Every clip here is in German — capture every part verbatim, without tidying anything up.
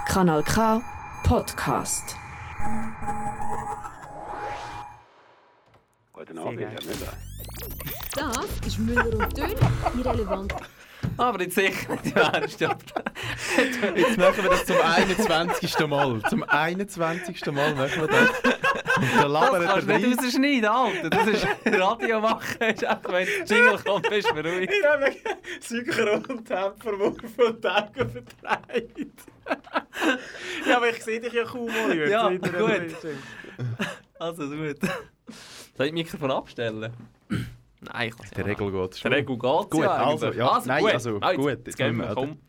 Kanal K Podcast. Guten Abend, Herr Müller. Das ist Müller und Dön, irrelevant. Aber jetzt sicher nicht ernst. Jetzt machen wir das zum einundzwanzigsten Mal. Zum einundzwanzigsten Mal machen wir das. Und da labert das kannst du er nicht rausschneiden, Alter. Das ist Radio machen. Ist einfach, wenn der Jingle kommt, bist du beruhigt. Ich habe Synchrontemper, der von den Augen vertreibt. Ja, aber ich sehe dich ja kaum, Oliver. Ja, gut. Also gut. Soll ich das Mikrofon abstellen? Nein, ich kann es Der Regel geht schon. Der Regel geht Gut, ja also, eigentlich. ja, also nein, gut. also, Ah, jetzt, gut, Jetzt, jetzt gehen müssen wir, wir, komm.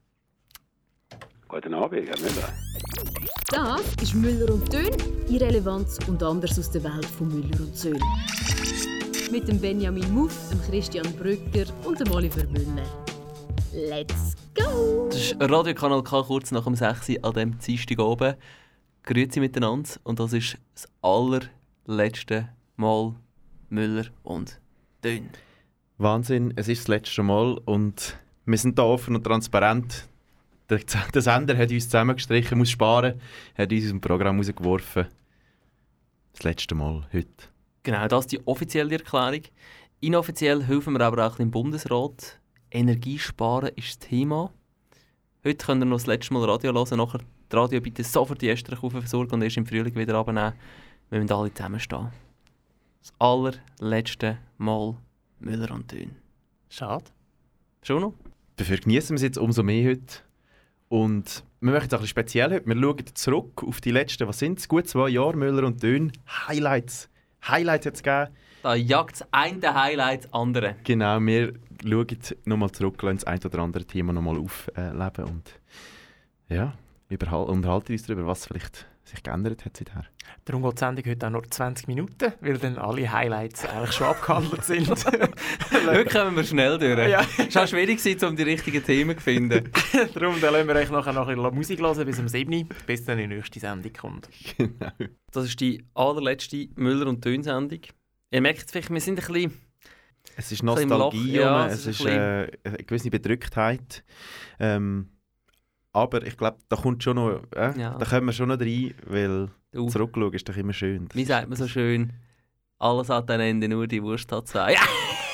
Guten Abend, Herr Müller. Das ist Müller und Dön, Irrelevanz und anders aus der Welt von Müller und Söhn. Mit dem Benjamin Muff, dem Christian Brügger und dem Oliver Müller. Let's go! Das ist Radio Kanal K kurz nach dem sechs Uhr an diesem Dienstag oben. Grüezi miteinander und das ist das allerletzte Mal Müller und Dön. Wahnsinn, es ist das letzte Mal und wir sind da offen und transparent. Der, der Sender hat uns zusammengestrichen, muss sparen, hat uns aus dem Programm rausgeworfen. Das letzte Mal, heute. Genau, das ist die offizielle Erklärung. Inoffiziell helfen wir aber auch im Bundesrat. Energiesparen ist das Thema. Heute könnt ihr noch das letzte Mal Radio hören, nachher das Radio bitte sofort die ersten Kufen versorgen und erst im Frühling wieder abnehmen. Wir müssen alle zusammenstehen. Das allerletzte Mal Müller und Dön. Schade. Schon noch? Dafür genießen wir es jetzt umso mehr heute. Und wir machen es auch ein bisschen speziell heute. Wir schauen zurück auf die letzten, was sind es, gut zwei Jahre Müller und Dön. Highlights. Highlights hat es gegeben. Da jagt das eine Highlight das andere. Genau, wir schauen nochmal zurück, lassen das ein oder andere Thema nochmal aufleben und ja, überhal- unterhalten uns darüber, was vielleicht sich geändert hat seither. Darum geht die Sendung heute auch nur zwanzig Minuten, weil dann alle Highlights eigentlich schon abgehandelt sind. Heute kommen wir schnell durch. Ja. Es ist auch schwierig, um die richtigen Themen zu finden. Darum dann lassen wir euch nachher noch ein bisschen Musik hören bis um sieben Uhr, bis dann die nächste Sendung kommt. Genau. Das ist die allerletzte Müller und Dön-Sendung. Ihr merkt es vielleicht, wir sind ein bisschen... Es ist Ein bisschen im Nostalgie, Loch, ja, es, es ist ist ein äh, eine gewisse Bedrücktheit. Ähm, aber ich glaube, da kommt schon noch, äh, Ja. da kommen wir schon noch rein, weil Du, zurückschauen ist doch immer schön. Das wie ist- sagt man so schön? Alles hat ein Ende, nur die Wurst hat zwei. Ja.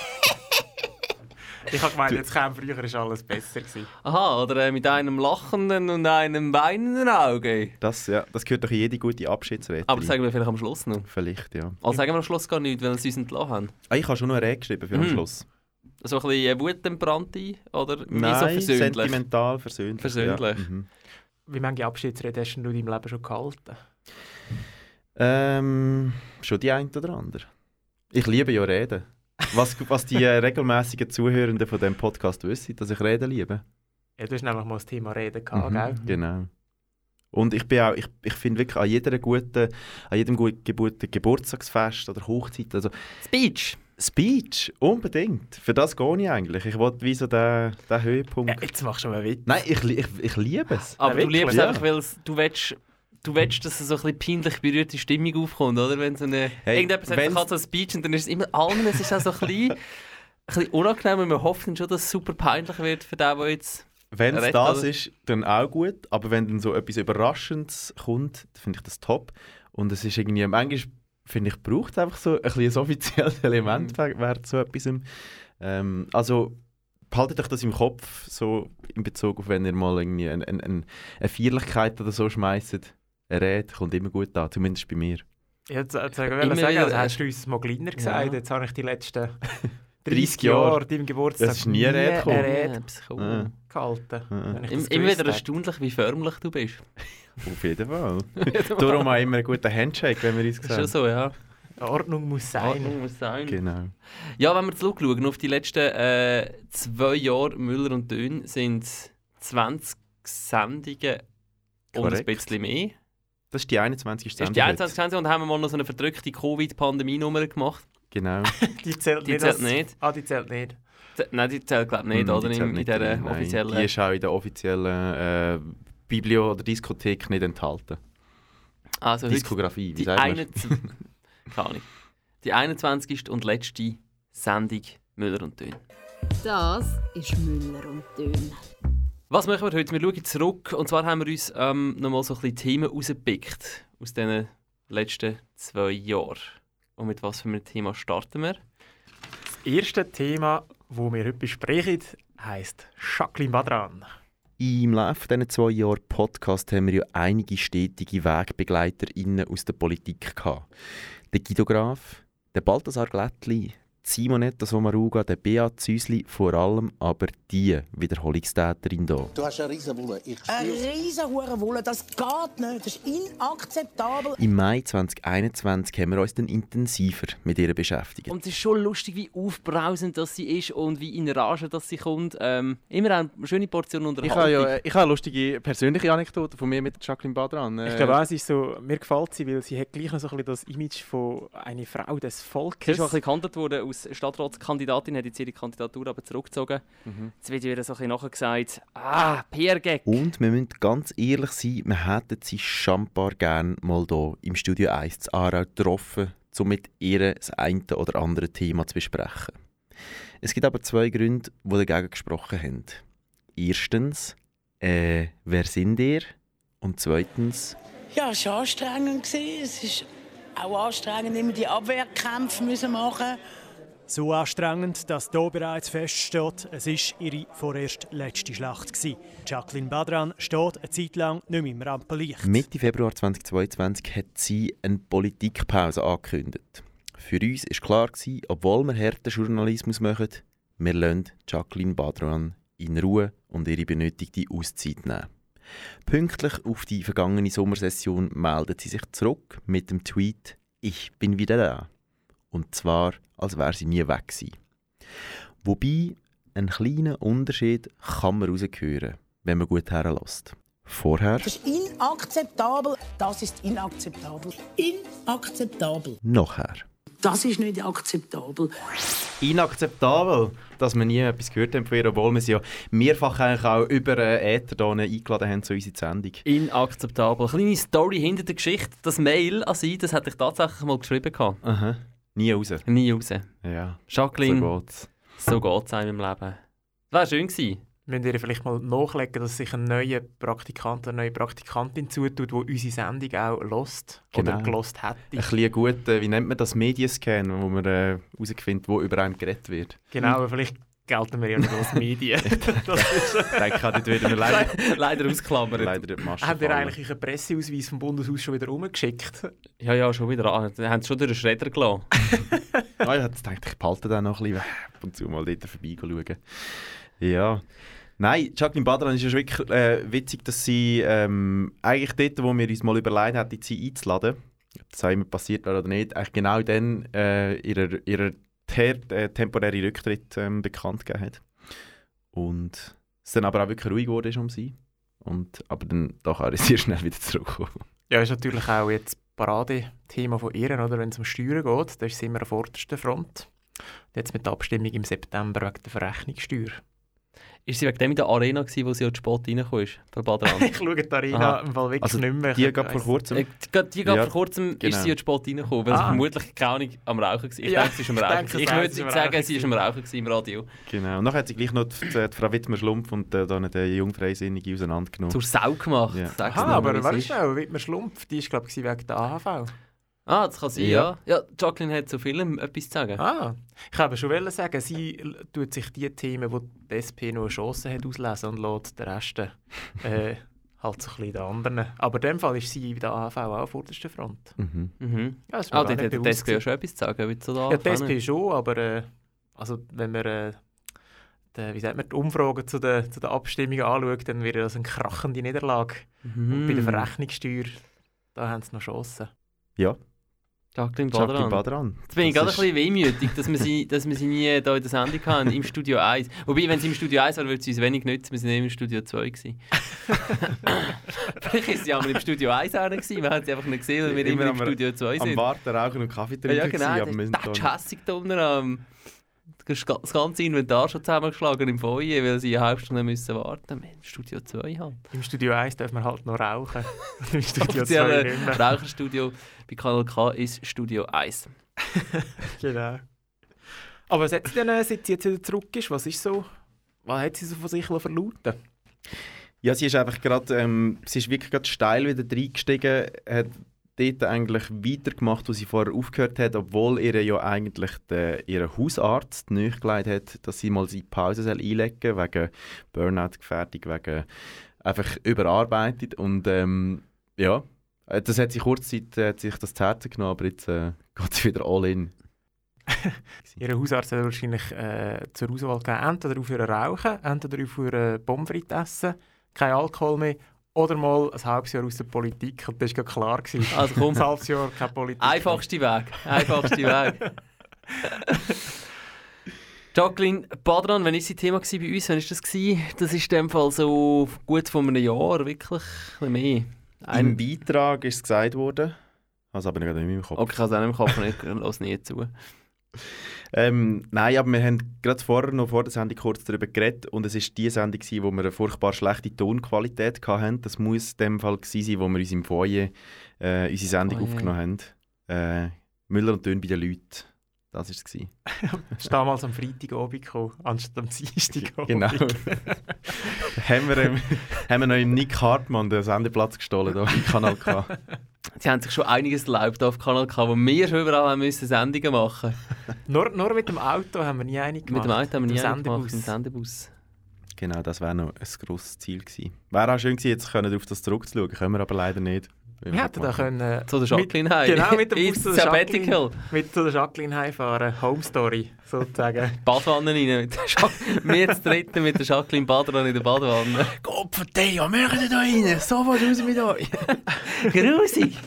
Ich habe gemeint, jetzt kam früher ist alles besser gewesen. Aha, oder äh, mit einem lachenden und einem weinenden Auge. Das, ja, das gehört doch in jede gute Abschiedsrede. Aber das rein. sagen wir vielleicht am Schluss noch. Vielleicht, ja. Also sagen wir am Schluss gar nichts, weil sie uns entlassen haben. Ah, ich habe schon noch eine Rede geschrieben für am Mhm. Schluss. So ein bisschen wutentbrannte oder wie so Nein, versöhnlich? sentimental, versöhnlich. Versöhnlich. Ja. Mhm. Wie viele Abschiedsreden hast du in deinem Leben schon gehalten? Ähm, schon die ein oder andere. Ich liebe ja Reden. Was, was die äh, regelmäßigen Zuhörenden von diesem Podcast wissen, dass ich Reden liebe. Ja, du hast nämlich mal das Thema Reden gehabt, Mhm, gell? genau. Und ich bin auch, ich, ich finde wirklich an jeder guten, an jedem guten Geburt, Geburtstagsfest oder Hochzeit, also Speech! Speech, unbedingt. Für das gehe ich eigentlich. Ich wollte wie so den, den Höhepunkt. Ja, jetzt machst du mal Witz. Nein, ich, ich, ich liebe es. Aber Ja, du liebst wirklich, einfach, weil es- du willst, du willst, dass so ein bisschen peinlich berührte Stimmung aufkommt, oder? Wenn so eine, Hey, irgendjemand sagt, wenn's- ich habe so ein Speech und dann ist es immer allen, es ist auch so ein bisschen, ein bisschen unangenehm und wir hoffen dann schon, dass es super peinlich wird für den, der jetzt... Wenn es Recht, das oder? ist, dann auch gut. Aber wenn dann so etwas Überraschendes kommt, dann finde ich das top. Und es ist irgendwie, manchmal finde ich, braucht es einfach so ein, bisschen ein offizielles Element Mhm. während so etwas. Ähm, also behaltet euch das im Kopf, so in Bezug auf, wenn ihr mal irgendwie eine, eine, eine Feierlichkeit oder so schmeißt. Eine Rede kommt immer gut an, zumindest bei mir. Jetzt, jetzt ich Immer wollte sagen, wieder, also äh, hast du uns mal kleiner gesagt. Ja. Jetzt habe ich die letzten dreißig dreißig Jahre. Jahre deinem Geburtstag Das ist nie eine Rede gekommen. eine Rede Ja, etwas cool. Ah. gehalten. Ah. wenn ich Im, das immer gewusst wieder hätte. erstaunlich, wie förmlich du bist. Auf jeden Fall. Darum auch immer einen guten Handshake, wenn wir uns Das ist schon sehen. so, ja. Ordnung muss sein. Ordnung muss sein. Genau. Ja, wenn wir zurückschauen auf die letzten äh, zwei Jahre Müller und Dön, sind zwanzig Sendungen und ein Korrekt. bisschen mehr. Das ist die einundzwanzigste Das ist die einundzwanzigste Sendung und dann haben wir mal noch so eine verdrückte Covid-Pandemie-Nummer gemacht. Genau. Die zählt Die nicht. zählt als- nicht. Ah, die zählt nicht. Z- Nein, die zählt glaube ich nicht, Mm, oder? die In, zählt in nicht dieser drin, nein. offiziellen... Die ist auch in der offiziellen äh, Biblio- oder Diskothek nicht enthalten. also heute Diskografie, wie die, sagt man? einundzwanzig Keine Ahnung. Die einundzwanzigste und letzte Sendung Müller und Dön. Das ist Müller und Dön. Was machen wir heute? Wir schauen zurück. Und zwar haben wir uns ähm, nochmal so ein bisschen Themen rausgepickt aus diesen letzten zwei Jahren. Und mit was für einem Thema starten wir? Das erste Thema, das wir heute besprechen, heisst Jacqueline Badran. Im Laufe dieser zwei Jahre Podcast haben wir ja einige stetige WegbegleiterInnen aus der Politik gehabt. Der Guido Graf, der Balthasar Glättli, Simonetta Sommaruga, der Beat Züsli, vor allem aber die Wiederholungstäterin hier. Du hast eine riesen Wulle. Ich Eine riesen Wulle, das geht nicht, das ist inakzeptabel. Im Mai zwanzig einundzwanzig haben wir uns dann intensiver mit ihr beschäftigt. Und es ist schon lustig, wie aufbrausend das sie ist und wie in Rage das sie kommt. Ähm, immer eine schöne Portion Unterhaltung. Ich habe ja ich habe eine lustige persönliche Anekdote von mir mit Jacqueline Badran. Äh, Ich glaube auch, es ist so, mir gefällt sie, weil sie hat gleich noch so ein bisschen das Image von einer Frau des Volkes. Sie ist auch ein bisschen gehandelt worden als Stadtratskandidatin, hat jetzt ihre Kandidatur aber zurückgezogen. Mhm. Jetzt wird ihr so ein bisschen nachher gesagt, ah, P R-Gag. Und wir müssen ganz ehrlich sein, wir hätten sie schambar gerne mal hier im Studio eins zu Aarau getroffen, um mit ihr das eine oder andere Thema zu besprechen. Es gibt aber zwei Gründe, die dagegen gesprochen haben. Erstens, äh, wer sind ihr? Und zweitens, Ja, es war anstrengend. Es ist auch anstrengend, immer die Abwehrkämpfe müssen machen. So anstrengend, dass hier bereits feststeht, es war ihre vorerst letzte Schlacht gewesen. Jacqueline Badran steht eine Zeit lang nicht mehr im Rampenlicht. Mitte Februar zweitausendzweiundzwanzig hat sie eine Politikpause angekündigt. Für uns war klar, obwohl wir harten Journalismus machen, wir lassen Jacqueline Badran in Ruhe und ihre benötigte Auszeit nehmen. Pünktlich auf die vergangene Sommersession meldet sie sich zurück mit dem Tweet «Ich bin wieder da». Und zwar, als wäre sie nie weg gewesen. Wobei, einen kleinen Unterschied kann man raushören, wenn man gut herlässt. Vorher, Das ist inakzeptabel. Das ist inakzeptabel. Inakzeptabel. nachher. Das ist nicht akzeptabel. Inakzeptabel, dass wir nie etwas gehört haben von ihr, obwohl wir sie ja mehrfach eigentlich auch über äh, Äther hier eingeladen haben zu unserer Sendung. Inakzeptabel. Eine kleine Story hinter der Geschichte. Das Mail an sie, das hatte ich tatsächlich mal geschrieben. Gehabt. Aha. Nie raus. Nie raus. Ja, Jacqueline, so geht's. so geht es einem im Leben. Das war schön gewesen. Wir müssen ihr vielleicht mal nachlegen, dass sich ein neuer Praktikant, eine neue Praktikantin zutut, die unsere Sendung auch hört oder Genau. gelost hätte. Ein bisschen gut, äh, wie nennt man das, Medienscan, wo man herausfindet, äh, wo über einen geredet wird. Genau, aber vielleicht gelten wir ja nicht als Medien. Das ist, Ich denke, dort werden wir leider, Leider ausklammert. leider die Masche habt ihr fallen. eigentlich euren Presseausweis vom Bundeshaus schon wieder rumgeschickt? Ja, ja, schon wieder an. Die haben es schon durch den Schredder gelassen. Ah, ich hätte gedacht, ich behalte den noch ein bisschen, ab und zu mal dort vorbeischauen. Ja. Nein, Jacqueline Badran ist ja schon wirklich äh, witzig, dass sie ähm, eigentlich dort, wo wir uns mal überlegt haben, sie einzuladen, ob das auch immer passiert wäre oder nicht, eigentlich genau dann äh, ihrer, ihrer ter- äh, temporären Rücktritt ähm, bekannt gegeben hat. Und es dann aber auch wirklich ruhig geworden ist um sie. Und, aber dann doch auch sehr schnell wieder zurückgekommen. Ja, ist natürlich auch jetzt das Paradethema von ihr, oder? Wenn es um Steuern geht, da ist sie immer an vorderster Front. Jetzt mit der Abstimmung im September wegen der Verrechnungssteuer. Ist sie wegen dem in der Arena gewesen, wo sie auch spät reingekommen ist? Bei Badran? Ich schaue die Arena Aha. im Fall wirklich Also nicht mehr. die Ich gab vor weiss- kurzem. Äh, die, die gerade Ja, vor kurzem genau. ist sie jetzt spät reingekommen, weil Ah. sie vermutlich keine Ahnung am Rauchen war. Ich Ja, denke, sie war am ich Rauchen. denke, Ich das würde heisst, sie nicht war am sagen, Rauchen sie war am Rauchen gewesen im Radio. Genau. Und nachher hat sie gleich noch die, die Frau Wittmer-Schlumpf und äh, dann die Jungfreisinnige auseinandergenommen. Zur Sau gemacht. Ja. Sag's Aha, nur, aber wie es warte ist. schnell, Wittmer Schlumpf, die ist glaube ich wegen der A H V. Ah, das kann sein, Ja. ja. Ja, Jacqueline hat zu vielem etwas zu sagen. Ah, ich wollte schon wollen sagen, sie l- tut sich die Themen, wo die S P noch eine Chance hat, auslesen und lässt den Rest äh, halt so ein bisschen den anderen. Aber in dem Fall ist sie bei der A H V auch auf vorderster Front. Mhm. Mhm. Ja, das ist mir Ah, gar dort nicht hat der bewusst Desk ja gewesen. schon etwas zu sagen. Wie zu da Ja, die S P schon, aber äh, also, wenn man äh, die, wie sagt man, die Umfragen zu den, zu den Abstimmungen anschaut, dann wäre das eine krachende Niederlage. Mhm. Und bei der Verrechnungssteuer, da haben sie noch Chancen. Ja, Jacqueline Jacqueline Badran. Badran. Jetzt bin ich Das gerade ein ist- bisschen wehmütig, dass wir sie, dass wir sie nie hier in der Sendung hatten, im Studio eins. Wobei, wenn sie im Studio eins war, würde sie uns wenig nützen. Wir waren immer im Studio zwei gewesen. Vielleicht ist sie aber im Studio eins auch nicht gewesen. Wir haben sie einfach nicht gesehen, weil wir immer, Immer im am- Studio zwei Am sind. Warten, Rauchen und Kaffee Ja, trinken. ja, gewesen, genau. aber wir sind Das ist da- hässig da unten. Ähm, das ganze Inventar schon zusammengeschlagen im Foyer, weil sie eine halbe Stunde müssen warten mussten. Studio zwei haben. Im Studio eins darf man halt noch rauchen. Im Studio Das zwei nicht mehr. Raucherstudio bei Kanal K ist Studio eins. Genau. Aber was hat sie denn, äh, seit sie jetzt wieder zurück ist, was ist so? Was hat sie so von sich verlauten? Ja, sie ist einfach gerade, ähm, sie ist wirklich gerade steil wieder reingestiegen, hat dort eigentlich weitergemacht, wo sie vorher aufgehört hat, obwohl ihr ja eigentlich der, ihr Hausarzt nahegelegt hat, dass sie mal die Pause einlegen soll, wegen Burnout-Gefährdung, wegen einfach überarbeitet. Und ähm, ja, das hat sie kurzzeit äh, hat sich das zu Herzen genommen, aber jetzt äh, geht sie wieder all in. Ihr Hausarzt hat wahrscheinlich äh, zur Auswahl gegeben, entweder auf ihr Rauchen, entweder auf ihr Pommes frites essen, kein Alkohol mehr, oder mal ein halbes Jahr aus der Politik. Und das war klar gewesen. Also komm. Ein halbes Jahr keine Politik. Einfachste Weg. Einfachste Weg. Jacqueline Badran, wann war das Thema bei uns? Wann war das? Das ist in dem Fall so gut vor einem Jahr, wirklich ein bisschen mehr. Ein Im Beitrag ist es gesagt worden, also aber nicht in meinem Kopf. Okay, ich habe es auch nicht im Kopf, ich lasse nie zu. Ähm, nein, aber wir haben gerade vorher noch vor der Sendung kurz darüber geredet und es war die Sendung, wo wir eine furchtbar schlechte Tonqualität hatten. Das muss in dem Fall gewesen sein, wo wir uns im Foyer äh, unsere Sendung Oh je. aufgenommen haben. Äh, Müller und Dön bei den Leuten. Das war es. Du bist damals am Freitagabend gekommen, anstatt am Dienstagabend. Genau. haben, wir, ähm, haben wir noch im Nick Hartmann den Sendeplatz gestohlen, da im Kanal K. Sie haben sich schon einiges erlaubt auf Kanal K, wo wir schon überall haben müssen Sendungen machen mussten. nur, nur mit dem Auto haben wir nie eine gemacht. Mit dem Auto haben wir nie Im eine gemacht, Sendebus. im Sendebus. Genau, das wäre noch ein grosses Ziel gewesen. Wäre auch schön gewesen, jetzt können auf das zurückzuschauen, können wir aber leider nicht. Wir hätten da können... Zu der Jacqueline heim. Genau, mit dem Bus Ins zu der Sabbatical. Jacqueline, mit zu der Jacqueline heimfahren. Home Story, sozusagen. Badwanne rein. Mit der Jac- wir zu dritten mit der Jacqueline Badran in der Badwanne. Gott verdammt, was machen ihr da rein? So was raus mit euch. Grusig.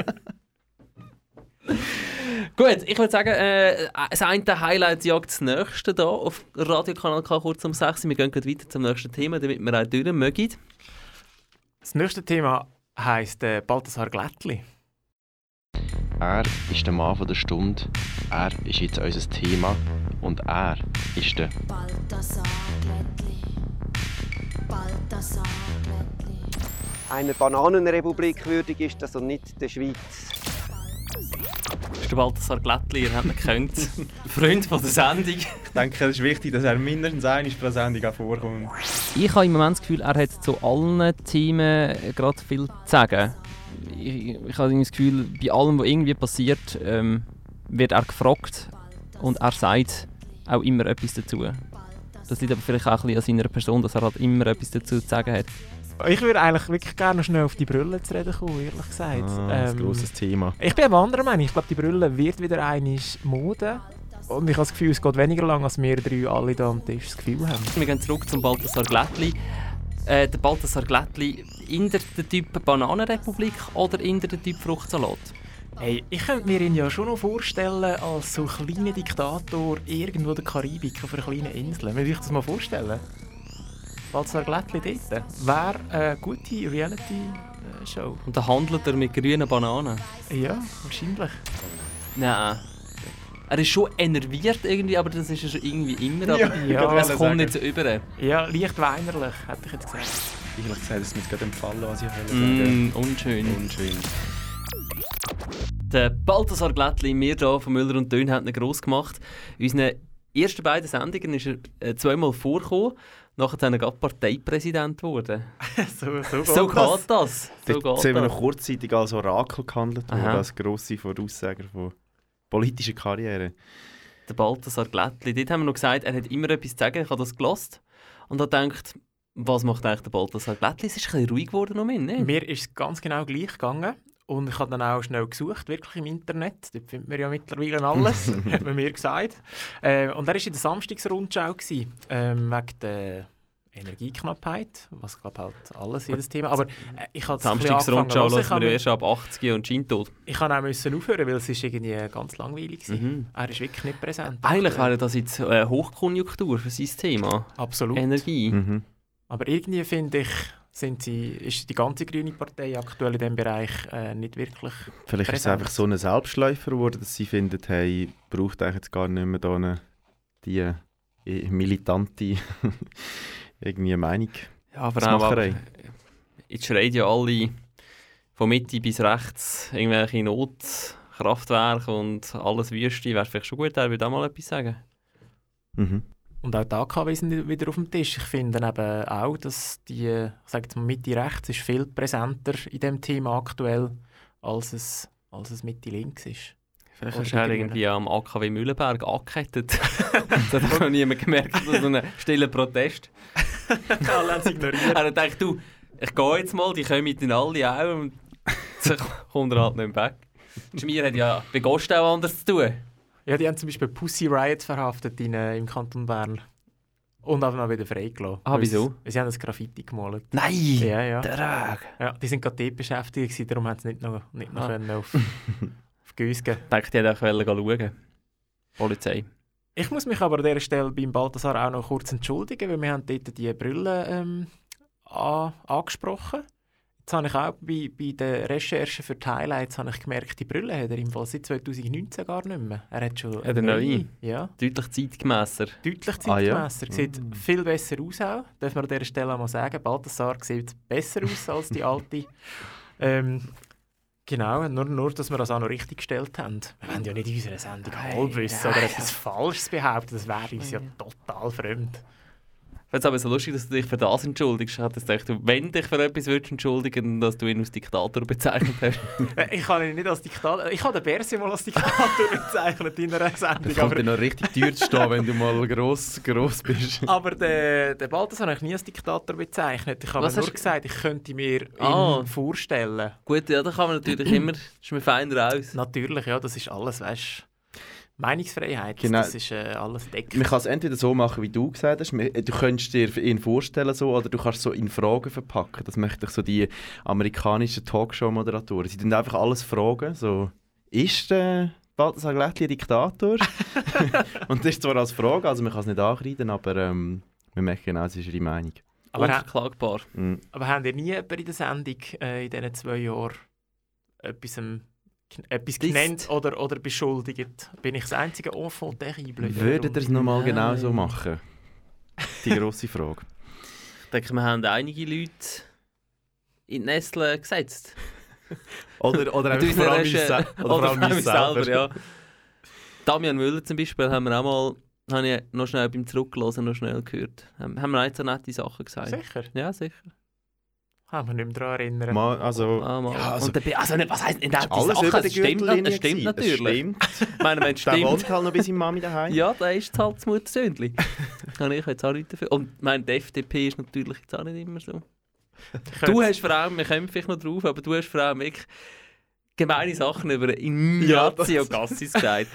Gut, ich würde sagen, äh, das eine Highlight jagt das nächste hier auf Radiokanal K kurz um sechs. Wir gehen gleich weiter zum nächsten Thema, damit wir auch durch mögen. Das nächste Thema heisst äh, Balthasar Glättli. Er ist der Mann der Stunde, er ist jetzt unser Thema und er ist der Balthasar Glättli. Balthasar Glättli. Einer Bananenrepublik würdig ist das und nicht der Schweiz. Das ist der Balthasar Glättli, ihr habt ihn gekannt. Freund von der Sendung. Ich denke, es ist wichtig, dass er mindestens einmal pro Sendung auch vorkommt. Ich habe im Moment das Gefühl, er hat zu allen Themen gerade viel zu sagen. Ich, ich habe das Gefühl, bei allem, was irgendwie passiert, ähm, wird er gefragt und er sagt auch immer etwas dazu. Das liegt aber vielleicht auch ein bisschen an seiner Person, dass er halt immer etwas dazu zu sagen hat. Ich würde eigentlich wirklich gerne noch schnell auf die Brille zu reden kommen, ehrlich gesagt. Ah, ein grosses Thema. Ich bin aber anderer Meinung. Ich glaube, die Brille wird wieder einmal Mode. Und ich habe das Gefühl, es geht weniger lang, als wir drei alle hier am Tisch das Gefühl haben. Wir gehen zurück zum Balthasar Glättli. Äh, der Balthasar Glättli, in der Typ Bananenrepublik oder in der Typ Fruchtsalat? Hey, ich könnte mir ihn ja schon noch vorstellen als so kleiner Diktator irgendwo in der Karibik auf einer kleinen Insel. Will ich das mal vorstellen? Balthasar Glättli dort. Wäre eine gute Reality-Show. Und da handelt er mit grünen Bananen? Ja, wahrscheinlich. Nein. Er ist schon enerviert irgendwie, aber das ist er schon irgendwie immer. Aber Ja, es kommt nicht so über. Ja, leicht weinerlich, hätte ich jetzt gesagt. Ehrlich gesagt, es mir gerade empfallen, was ich sagen Mm, unschön. Unschön. Der Balthasar Glättli, wir hier von Müller und Dön, haben ihn gross gemacht. In unseren ersten beiden Sendungen ist er äh, zweimal vorgekommen. Nachher ist er gerade Parteipräsident geworden. so so, So geht geht das. So Dort geht sind wir das. noch kurzzeitig als Orakel gehandelt worden, Aha. als grosse Voraussager von politischer Karriere. Der Balthasar Glättli. Dort haben wir noch gesagt, er hat immer etwas zu sagen. Ich habe das gehört und habe gedacht, was macht eigentlich der Balthasar Glättli? Es ist ein bisschen ruhig geworden noch mit, nicht? Mir ist es ganz genau gleich gegangen. Und ich habe dann auch schnell gesucht, wirklich im Internet. Dort findet man ja mittlerweile alles, hat man mir gesagt. Äh, und er war in der Samstagsrundschau, gewesen, ähm, wegen der Energieknappheit, was glaube halt alles jedes Thema. Aber äh, ich habe Samstagsrundschau ich lassen wir habe erst ab achtzig und Scheintot. ich habe auch müssen aufhören, weil es ist irgendwie ganz langweilig war. Mhm. Er ist wirklich nicht präsent. Eigentlich wäre das jetzt äh, Hochkonjunktur für sein Thema. Absolut. Energie. Mhm. Aber irgendwie finde ich, sind sie, ist die ganze grüne Partei aktuell in diesem Bereich äh, nicht wirklich Vielleicht ist es präsent. einfach so ein Selbstläufer geworden, dass sie finden, hey, braucht eigentlich jetzt gar nicht mehr da eine, die äh, militante irgendwie Meinung. Ja, aber Das auch, Macherei. jetzt schreien ja alle von Mitte bis rechts irgendwelche Notkraftwerke und alles Wüste. Wäre vielleicht schon gut, er würde auch mal etwas sagen. Mhm. Und auch die A K W sind wieder auf dem Tisch. Ich finde eben auch, dass die, ich sage jetzt mal, Mitte rechts ist viel präsenter in diesem Thema aktuell, als es, als es Mitte links ist. Vielleicht hast du ja irgendwie am A K W Mühlenberg angekettet. Das hat noch niemand gemerkt, so einen stillen Protest. Alle haben es ignoriert. Er dachte, du, ich gehe jetzt mal, die kommen mit in alle auch und dann kommt er halt nicht mehr weg. Schmier hat ja bei Ghost auch anders zu tun. Ja, die haben zum Beispiel Pussy Riot verhaftet in, äh, im Kanton Bern. Und auch noch wieder freigelassen. Ah, wieso? Weil sie haben das Graffiti gemalt. Nein! Ja, ja. Drag. Ja, die sind gerade dort beschäftigt gewesen, darum haben sie nicht noch, nicht noch ah. können auf, auf Güs gehen. Ich dachte, die hätten auch schauen. Polizei. Ich muss mich aber an dieser Stelle beim Balthasar auch noch kurz entschuldigen, weil wir haben dort die Brille ähm, an, angesprochen. Jetzt habe ich auch bei, bei den Recherchen für die Highlights habe ich gemerkt, die Brille hat er im Fall seit zwanzig neunzehn gar nicht mehr. Er hat schon eine neue. Ja. Deutlich zeitgemässer. Deutlich zeitgemässer. Ah, ja? Sieht mm. viel besser aus auch. Darf man an dieser Stelle mal sagen. Balthasar sieht besser aus als die alte. ähm, genau, nur, nur, dass wir das auch noch richtig gestellt haben. Wir haben ja nicht in unserer Sendung Halbwissen oder etwas Falsches behauptet. Das wäre uns ja total fremd. Ich finde es aber so lustig, dass du dich für das entschuldigst. Ich hätte gedacht, wenn du dich für etwas würdest entschuldigen, dass du ihn als Diktator bezeichnet hast. Ich kann ihn nicht als Diktator... Ich habe den Bersi mal als Diktator bezeichnet in einer Sendung. Das kommt dir noch richtig teuer zu stehen, wenn du mal gross, gross bist. Aber den, den Balthasar habe ich nie als Diktator bezeichnet. Ich habe nur du... gesagt, ich könnte mir ah. ihn vorstellen. Gut, ja, da kann man natürlich immer... Das ist mir fein raus. Natürlich, ja, das ist alles, weißt du. Meinungsfreiheit, genau. Das ist äh, alles deckt. Man kann es entweder so machen, wie du gesagt hast. Du könntest dir ihn vorstellen, so, oder du kannst so in Fragen verpacken. Das möchte ich so die amerikanischen Talkshow-Moderatoren. Sie tun einfach alles fragen. So, ist der Balthasar Glättli ein Diktator? Und das ist zwar als Frage, also man kann es nicht ankreiden, aber ähm, wir merken genau, es ist ihre Meinung. Aber unverklagbar. Mhm. Aber haben ihr nie jemanden in der Sendung äh, in diesen zwei Jahren etwas... Ähm, etwas genannt oder, oder beschuldigt? Bin ich das einzige Enfant terrible? Würdet ihr es nochmal genau so machen? Die grosse Frage. Ich denke, wir haben einige Leute in die Nestle gesetzt. Oder, oder einfach vor allem uns selber. selber ja. Damian Müller zum Beispiel haben wir auch mal, habe ich noch schnell beim Zurückhören noch schnell gehört. Haben wir ein, so nette Sachen gesagt. Sicher? Ja, sicher. Kann mich nicht mehr daran erinnern. Mal, also, ah, mal. Ja, also, und der, also was heisst denn das? Alles Sachen, über das stimmt, das stimmt natürlich. Es stimmt. Ich meine, wenn es der stimmt. wohnt halt noch bei seiner Mami daheim. Ja, da ist es halt das Muttersöhnchen. Kann ich jetzt auch nicht dafür. Und meine, die F D P ist natürlich jetzt auch nicht immer so. Du hast vor allem, wir kommen vielleicht noch drauf, aber du hast vor allem wirklich gemeine Sachen über Ignazio ja, Cassis gesagt.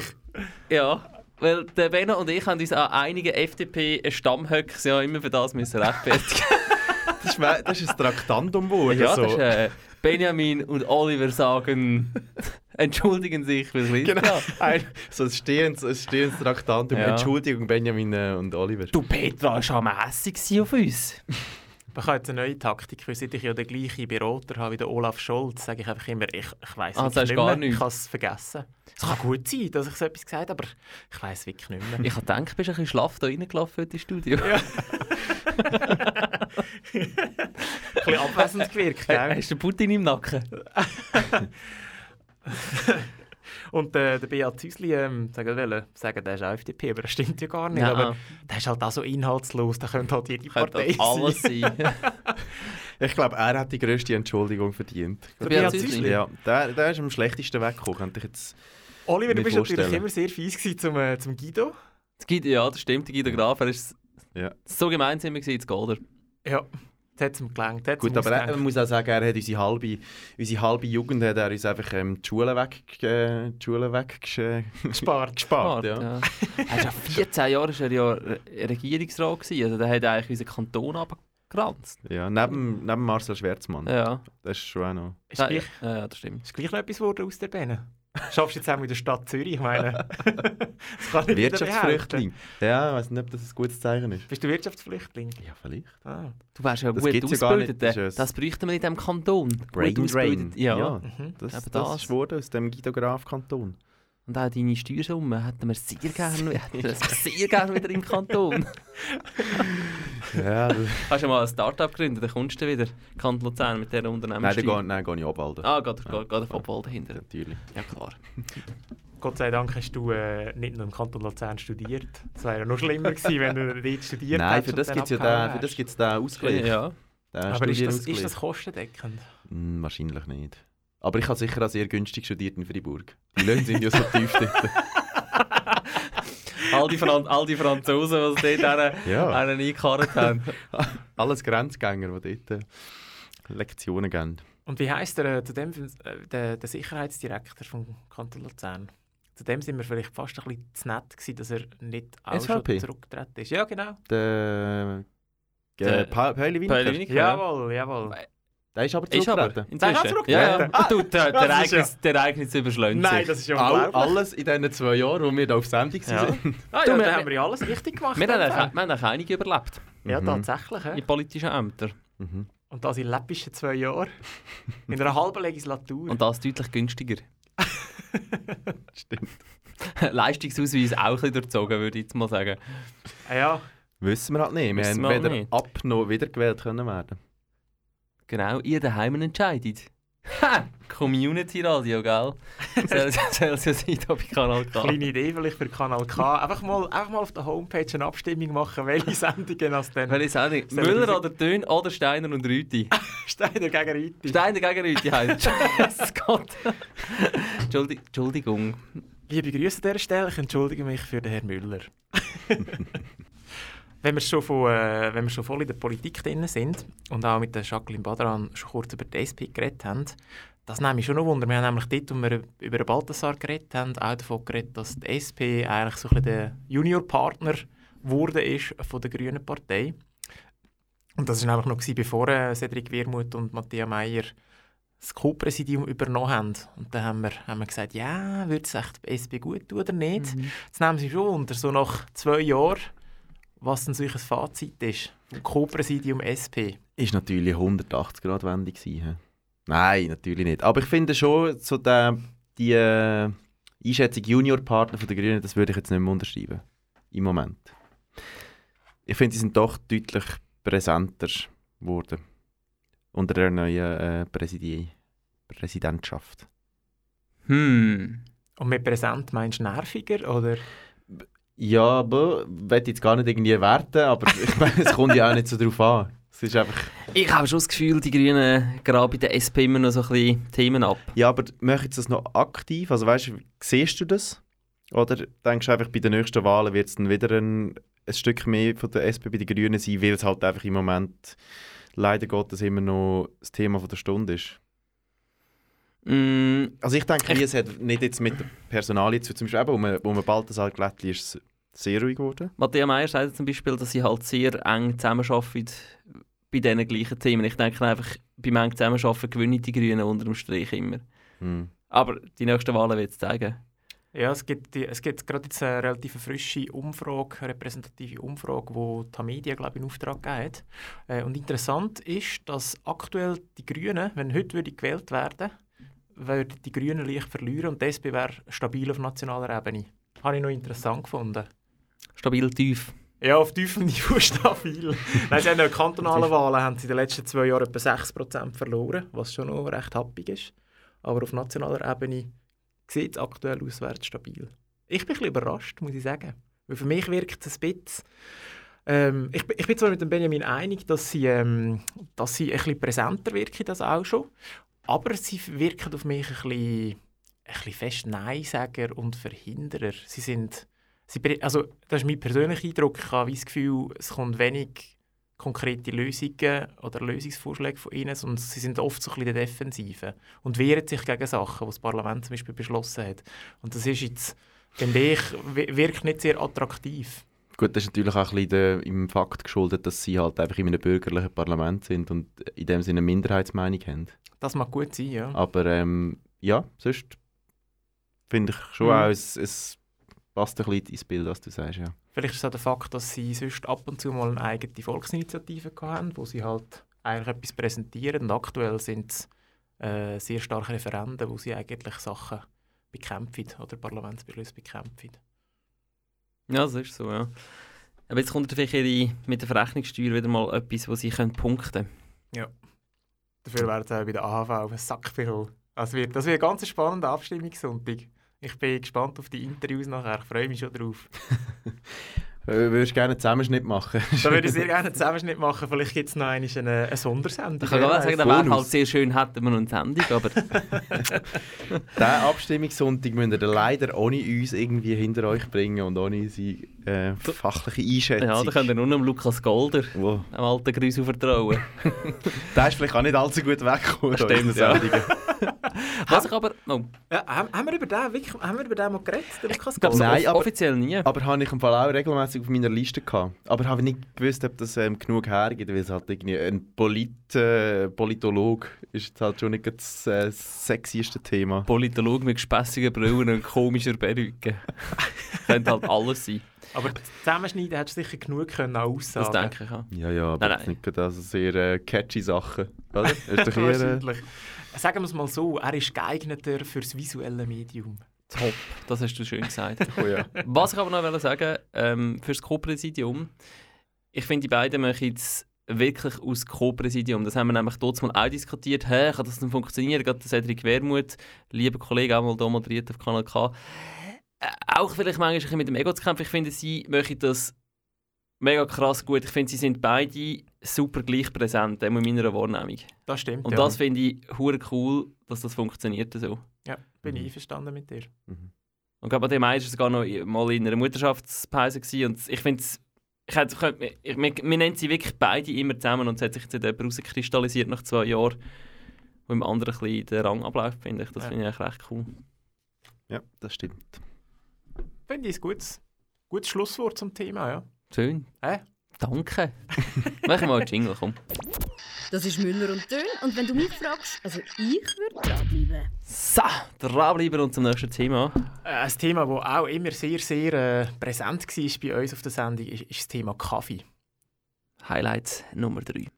Ja, weil der Benno und ich haben uns an einigen F D P-Stammhöcks ja immer für das müssen rechtfertigen. Das ist, das ist ein Traktandum geworden. Ja, so. das ist, äh, Benjamin und Oliver sagen, entschuldigen sich für das Lied. Genau, ein, so ein stehendes, ein stehendes Traktandum. Ja. Entschuldigung, Benjamin äh, und Oliver. Du, Petra, war schon mässig auf uns. Ich habe jetzt eine neue Taktik, weil seit ich ja den gleichen Berater habe wie der Olaf Scholz, sage ich einfach immer, ich, ich weiss ah, wirklich nicht gar mehr, nicht. Ich habe es vergessen. Es kann gut sein, dass ich so etwas gesagt habe, aber ich weiss wirklich nicht mehr. Ich habe gedacht, du bist ein bisschen schlaff da reingelaufen in das Studio. Ja. Ein bisschen abwesend gewirkt, gell? Hast du den Putin im Nacken? Und äh, der Beat Züsli ähm, sagen, sagen, der ist auch F D P, aber das stimmt ja gar nicht. Nein. Aber der ist halt auch so inhaltslos, der könnte halt jede könnte Partei alles sein. sein. Ich glaube, er hat die grösste Entschuldigung verdient. Der Beat Züsli? Ja, der, der ist am schlechtesten weggekommen, könnte ich jetzt Oliver, du bist vorstellen. natürlich immer sehr fies gewesen zum, äh, zum Guido. Das Guido. Ja, das stimmt, der Guido Graf, er ist ja. so gemeinsam gewesen, das Golder. Ja. Das hat es ihm gelangt. Gut, aber er, man muss auch sagen, er hat unsere halbe, unsere halbe Jugend hat er uns einfach ähm, die Schule weg, äh, die Schule weg äh, gespart. gespart ja. Ja. Er war vierzehn Jahre war er ja Regierungsrat gewesen, also der hat eigentlich unseren Kanton abgeranzt. Ja, neben, neben Marcel Schwerzmann. Ja. Das ist schon auch noch. Ist gleich, ja, das stimmt. Ist gleich noch etwas geworden aus der Bene? Schaffst du jetzt auch in der Stadt Zürich? Ich meine, das kann nicht Wirtschaftsflüchtling. Ja, ich weiß nicht, ob das ein gutes Zeichen ist. Bist du Wirtschaftsflüchtling? Ja, vielleicht. Ah. Du wärst ja das gut ausgebildet. Ja das, das bräuchten wir in diesem Kanton. Brain Drain. Ja, ja. Mhm. das, das, das ist geworden aus dem Guido Graf Kanton. Und auch deine Steuersumme hätten wir sehr gerne, hätten wir sehr gerne wieder im Kanton. Ja, hast du mal ein Start-up gegründet, dann kommst du wieder Kanton Luzern mit dieser Unternehmenssteuer. Nein, dann gehe ich Obwalden. Ah, geht, geht, geht auf Obwalden hinter. Natürlich. Ja, klar. Gott sei Dank hast du äh, nicht nur im Kanton Luzern studiert. Das wäre ja noch schlimmer gewesen, wenn du dort studiert Nein, hättest. für das gibt es ja den, für das gibt's den Ausgleich. Ja. Den Aber ist das, Studienausgleich. ist das kostendeckend? Hm, wahrscheinlich nicht. Aber ich habe sicher auch sehr günstig studiert in Freiburg. Die Löhne sind ja so tief dort. all, die Fran- all die Franzosen, die dort einen, Ja. einen eingekarrt haben. Alles Grenzgänger, die dort äh, Lektionen geben. Und wie heisst der, zu dem, äh, der, der Sicherheitsdirektor vom Kanton Luzern? Zu dem sind wir vielleicht fast ein bisschen zu nett gewesen, dass er nicht auch S V P? schon zurückgetreten ist. Ja, genau. Der, Der- der Pa- Pauli Winiker. Pauli Winiker, ja. Jawohl, jawohl. Der ist aber Ist aber zurückgetreten. Der ist auch inzwischen. zurückgetreten? Ja, ja. Du, der, der, das ist Ereignis, der Ereignis überschlägt Nein, sich. das ist ja All, unglaublich. alles in diesen zwei Jahren, wo wir da auf Sendung Ja. sind. Ah, Du, ja, wir- da haben wir ja alles richtig gemacht. Wir haben, in dem eigentlich- Fall. wir haben eigentlich einige überlebt. Ja, Mhm. tatsächlich. He? In politischen Ämtern. Mhm. Und das in läppischen zwei Jahren. In einer halben Legislatur. Und das deutlich günstiger. Stimmt. Leistungsausweis auch ein bisschen durchzogen, würde ich jetzt mal sagen. Ah, ja, Wissen wir halt nicht. Wir Wissen haben wir halt weder nicht. ab noch wiedergewählt können werden. Genau, ihr daheim entscheidet. Ha! Community Radio, gell? Celsius sein bei Kanal K. kleine Idee vielleicht für Kanal K. Einfach mal, einfach mal auf der Homepage eine Abstimmung machen, welche Sendungen als dann Welche Sendung? Sollen wir Müller diese- oder Dön oder Steiner und Rüti? Steiner gegen Rüti. Steiner gegen Rüti heisst. Jesus Gott. Entschuldi- Entschuldigung. Liebe Grüße an dieser Stelle, ich entschuldige mich für den Herrn Müller. Wenn wir, schon von, äh, wenn wir schon voll in der Politik drin sind und auch mit der Jacqueline Badran schon kurz über die S P geredet haben, das nimmt mich schon noch Wunder. Wir haben nämlich dort, als wir über den Balthasar geredet haben, auch davon geredet, dass die S P eigentlich so ein bisschen der Juniorpartner geworden ist von der Grünen Partei. Und das war nämlich noch gewesen, bevor äh, Cedric Wermuth und Matthias Meyer das Co-Präsidium übernommen haben. Und dann haben wir, haben wir gesagt, ja, würde es echt die S P gut tun oder nicht? Mhm. Jetzt nehmen sie schon unter, so nach zwei Jahren, was denn solches Fazit ist. Vom Co-Präsidium S P. Ist natürlich eine hundertachtzig Grad Wendung gewesen. He? Nein, natürlich nicht. Aber ich finde schon, so der, die äh, Einschätzung Juniorpartner von der Grünen, das würde ich jetzt nicht mehr unterschreiben. Im Moment. Ich finde, sie sind doch deutlich präsenter geworden. Unter der neuen äh, Präsidie- Präsidentschaft. Hm. Und mit präsent meinst du nerviger, oder? Ja, aber ich will jetzt gar nicht irgendwie werten, aber ich meine, es kommt ja auch nicht so drauf an. Es ist einfach... Ich habe schon das Gefühl, die Grünen graben bei der S P immer noch so ein bisschen Themen ab. Ja, aber machen sie das noch aktiv? Also weißt du, siehst du das? Oder denkst du einfach, bei den nächsten Wahlen wird es dann wieder ein, ein Stück mehr von der S P bei den Grünen sein, weil es halt einfach im Moment leider Gottes immer noch das Thema von der Stunde ist? Mm, Also ich denke, es hat nicht jetzt mit der Personalie zu, zum Beispiel eben, wo man, wo man Balthasar Glättli ist es sehr ruhig geworden. Matthias Meyer sagt zum Beispiel, dass sie halt sehr eng zusammenarbeiten bei diesen gleichen Themen. Ich denke einfach, beim eng Zusammenarbeiten gewinnen die Grünen unter dem Strich immer. Hm. Aber die nächsten Wahlen wird es zeigen. Ja, es gibt, die, es gibt gerade jetzt eine relativ frische Umfrage, eine repräsentative Umfrage, die Tamedia, glaube ich, in Auftrag gegeben hat. Äh, und interessant ist, dass aktuell die Grünen, wenn heute würde gewählt werden, würden die Grünen leicht verlieren und die S P wäre stabil auf nationaler Ebene. Habe ich noch interessant gefunden. Stabil tief. Ja, auf tiefem Niveau stabil. Nein, sie haben in kantonalen Wahlen haben sie in den letzten zwei Jahren etwa sechs Prozent verloren, was schon noch recht happig ist. Aber auf nationaler Ebene sieht es aktuell auswärts stabil. Ich bin ein bisschen überrascht, muss ich sagen. Weil für mich wirkt es ein bisschen... Ähm, ich, ich bin zwar mit dem Benjamin einig, dass sie, ähm, dass sie ein bisschen präsenter wirken, das auch schon. Aber sie wirken auf mich ein bisschen, ein bisschen fest Neinsager und Verhinderer. Sie sind... Sie, also, das ist mein persönlicher Eindruck. Ich habe das Gefühl, es kommt wenig konkrete Lösungen oder Lösungsvorschläge von ihnen, sondern sie sind oft so ein bisschen in der Defensive und wehren sich gegen Sachen, die das Parlament zum Beispiel beschlossen hat. Und das ist jetzt, finde ich, wirkt nicht sehr attraktiv. Gut, das ist natürlich auch ein bisschen der, im Fakt geschuldet, dass sie halt einfach in einem bürgerlichen Parlament sind und in dem Sinne eine Minderheitsmeinung haben. Das mag gut sein, ja. Aber ähm, ja, sonst finde ich schon Mhm. auch, es, es passt ein bisschen ins Bild, was du sagst, ja. Vielleicht ist es auch der Fakt, dass sie sonst ab und zu mal eine eigene Volksinitiative hatten, wo sie halt eigentlich etwas präsentieren. Und aktuell sind es äh, sehr starke Referenden, wo sie eigentlich Sachen bekämpfen oder Parlamentsbeschlüsse bekämpfen. Ja, das ist so, ja. Aber jetzt kommt vielleicht ihre, mit der Verrechnungssteuer wieder mal etwas, wo sie können punkten können. Ja. Dafür werden sie auch bei der A H V auf den Sack bekommen. Das wird, das wird ein ganz spannender Abstimmungssonntag. Ich bin gespannt auf die Interviews nachher. Ich freue mich schon drauf. Würdest du gerne einen Zusammenschnitt machen? Da würde ich sehr gerne einen Zusammenschnitt machen. Vielleicht gibt es noch eine, eine, eine Sondersendung. Ich kann gerade sagen, das wäre halt sehr schön, hätten wir noch eine Sendung, aber... Diesen Abstimmungssonntag müsst ihr leider ohne uns irgendwie hinter euch bringen und ohne unsere äh, fachliche Einschätzung. Ja, da könnt ihr nur noch Lukas Golder, wow. dem alten Grüße vertrauen. Der ist vielleicht auch nicht allzu gut weggekommen. Das stimmt, ja. Was ich aber... Oh. Ja, haben, haben, wir über den, wirklich, haben wir über den mal geredet, den Lukas Golder? Nein, aber, offiziell nie. Aber habe ich im Fall auch regelmäßig auf meiner Liste gehabt. Aber habe nicht gewusst, ob das ähm, genug hergibt, weil es halt irgendwie ein Polit, äh, Politolog ist jetzt halt schon nicht das äh, sexieste Thema. Politolog mit gespässigen Brillen und komischer Perücke. Könnte halt alles sein. Aber zusammenschneiden hättest du sicher genug können aussagen. Das denke ich auch. Ja, ja, aber nein, nein. Nicht also sehr äh, catchy Sachen. Oder? Ist doch eher, Wahrscheinlich. Sagen wir es mal so, er ist geeigneter für das visuelle Medium. Top, das hast du schön gesagt. Oh ja. Was ich aber noch sagen ähm, für das Co-Präsidium, ich finde, die beiden machen jetzt wirklich aus Co-Präsidium. Das haben wir nämlich dort mal auch diskutiert. Hä, kann das denn funktionieren? Gerade der Cedric Wermuth, lieber Kollege, auch mal hier moderiert auf Kanal K. Äh, auch vielleicht manchmal ein bisschen mit dem Ego zu kämpfen. Ich finde, sie machen das mega krass gut. Ich finde, sie sind beide super gleich präsent, in meiner Wahrnehmung. Das stimmt, Und ja. das finde ich hure cool, dass das funktioniert so. Ja, bin ich mhm. einverstanden mit dir. Mhm. Und ich glaube, bei dem einen war es sogar noch mal in einer Mutterschaftspause gewesen. Und ich finde es, ich hätte, ich, ich, wir, wir nennen sie wirklich beide immer zusammen und es hat sich jetzt jemand rauskristallisiert nach zwei Jahren, wo im anderen ein bisschen den Rang abläuft, finde ich. Das ja. finde ich eigentlich recht cool. Ja, das stimmt. Finde ich ein gutes, gutes Schlusswort zum Thema, ja. Schön. Hä? Danke. Mach mal einen Jingle, komm. Das ist Müller und Dön. Und wenn du mich fragst, also ich würde dranbleiben. So, dranbleiben und zum nächsten Thema. Äh, ein Thema, das auch immer sehr, sehr äh, präsent war bei uns auf der Sendung, ist, ist das Thema Kaffee. Highlight Nummer drei.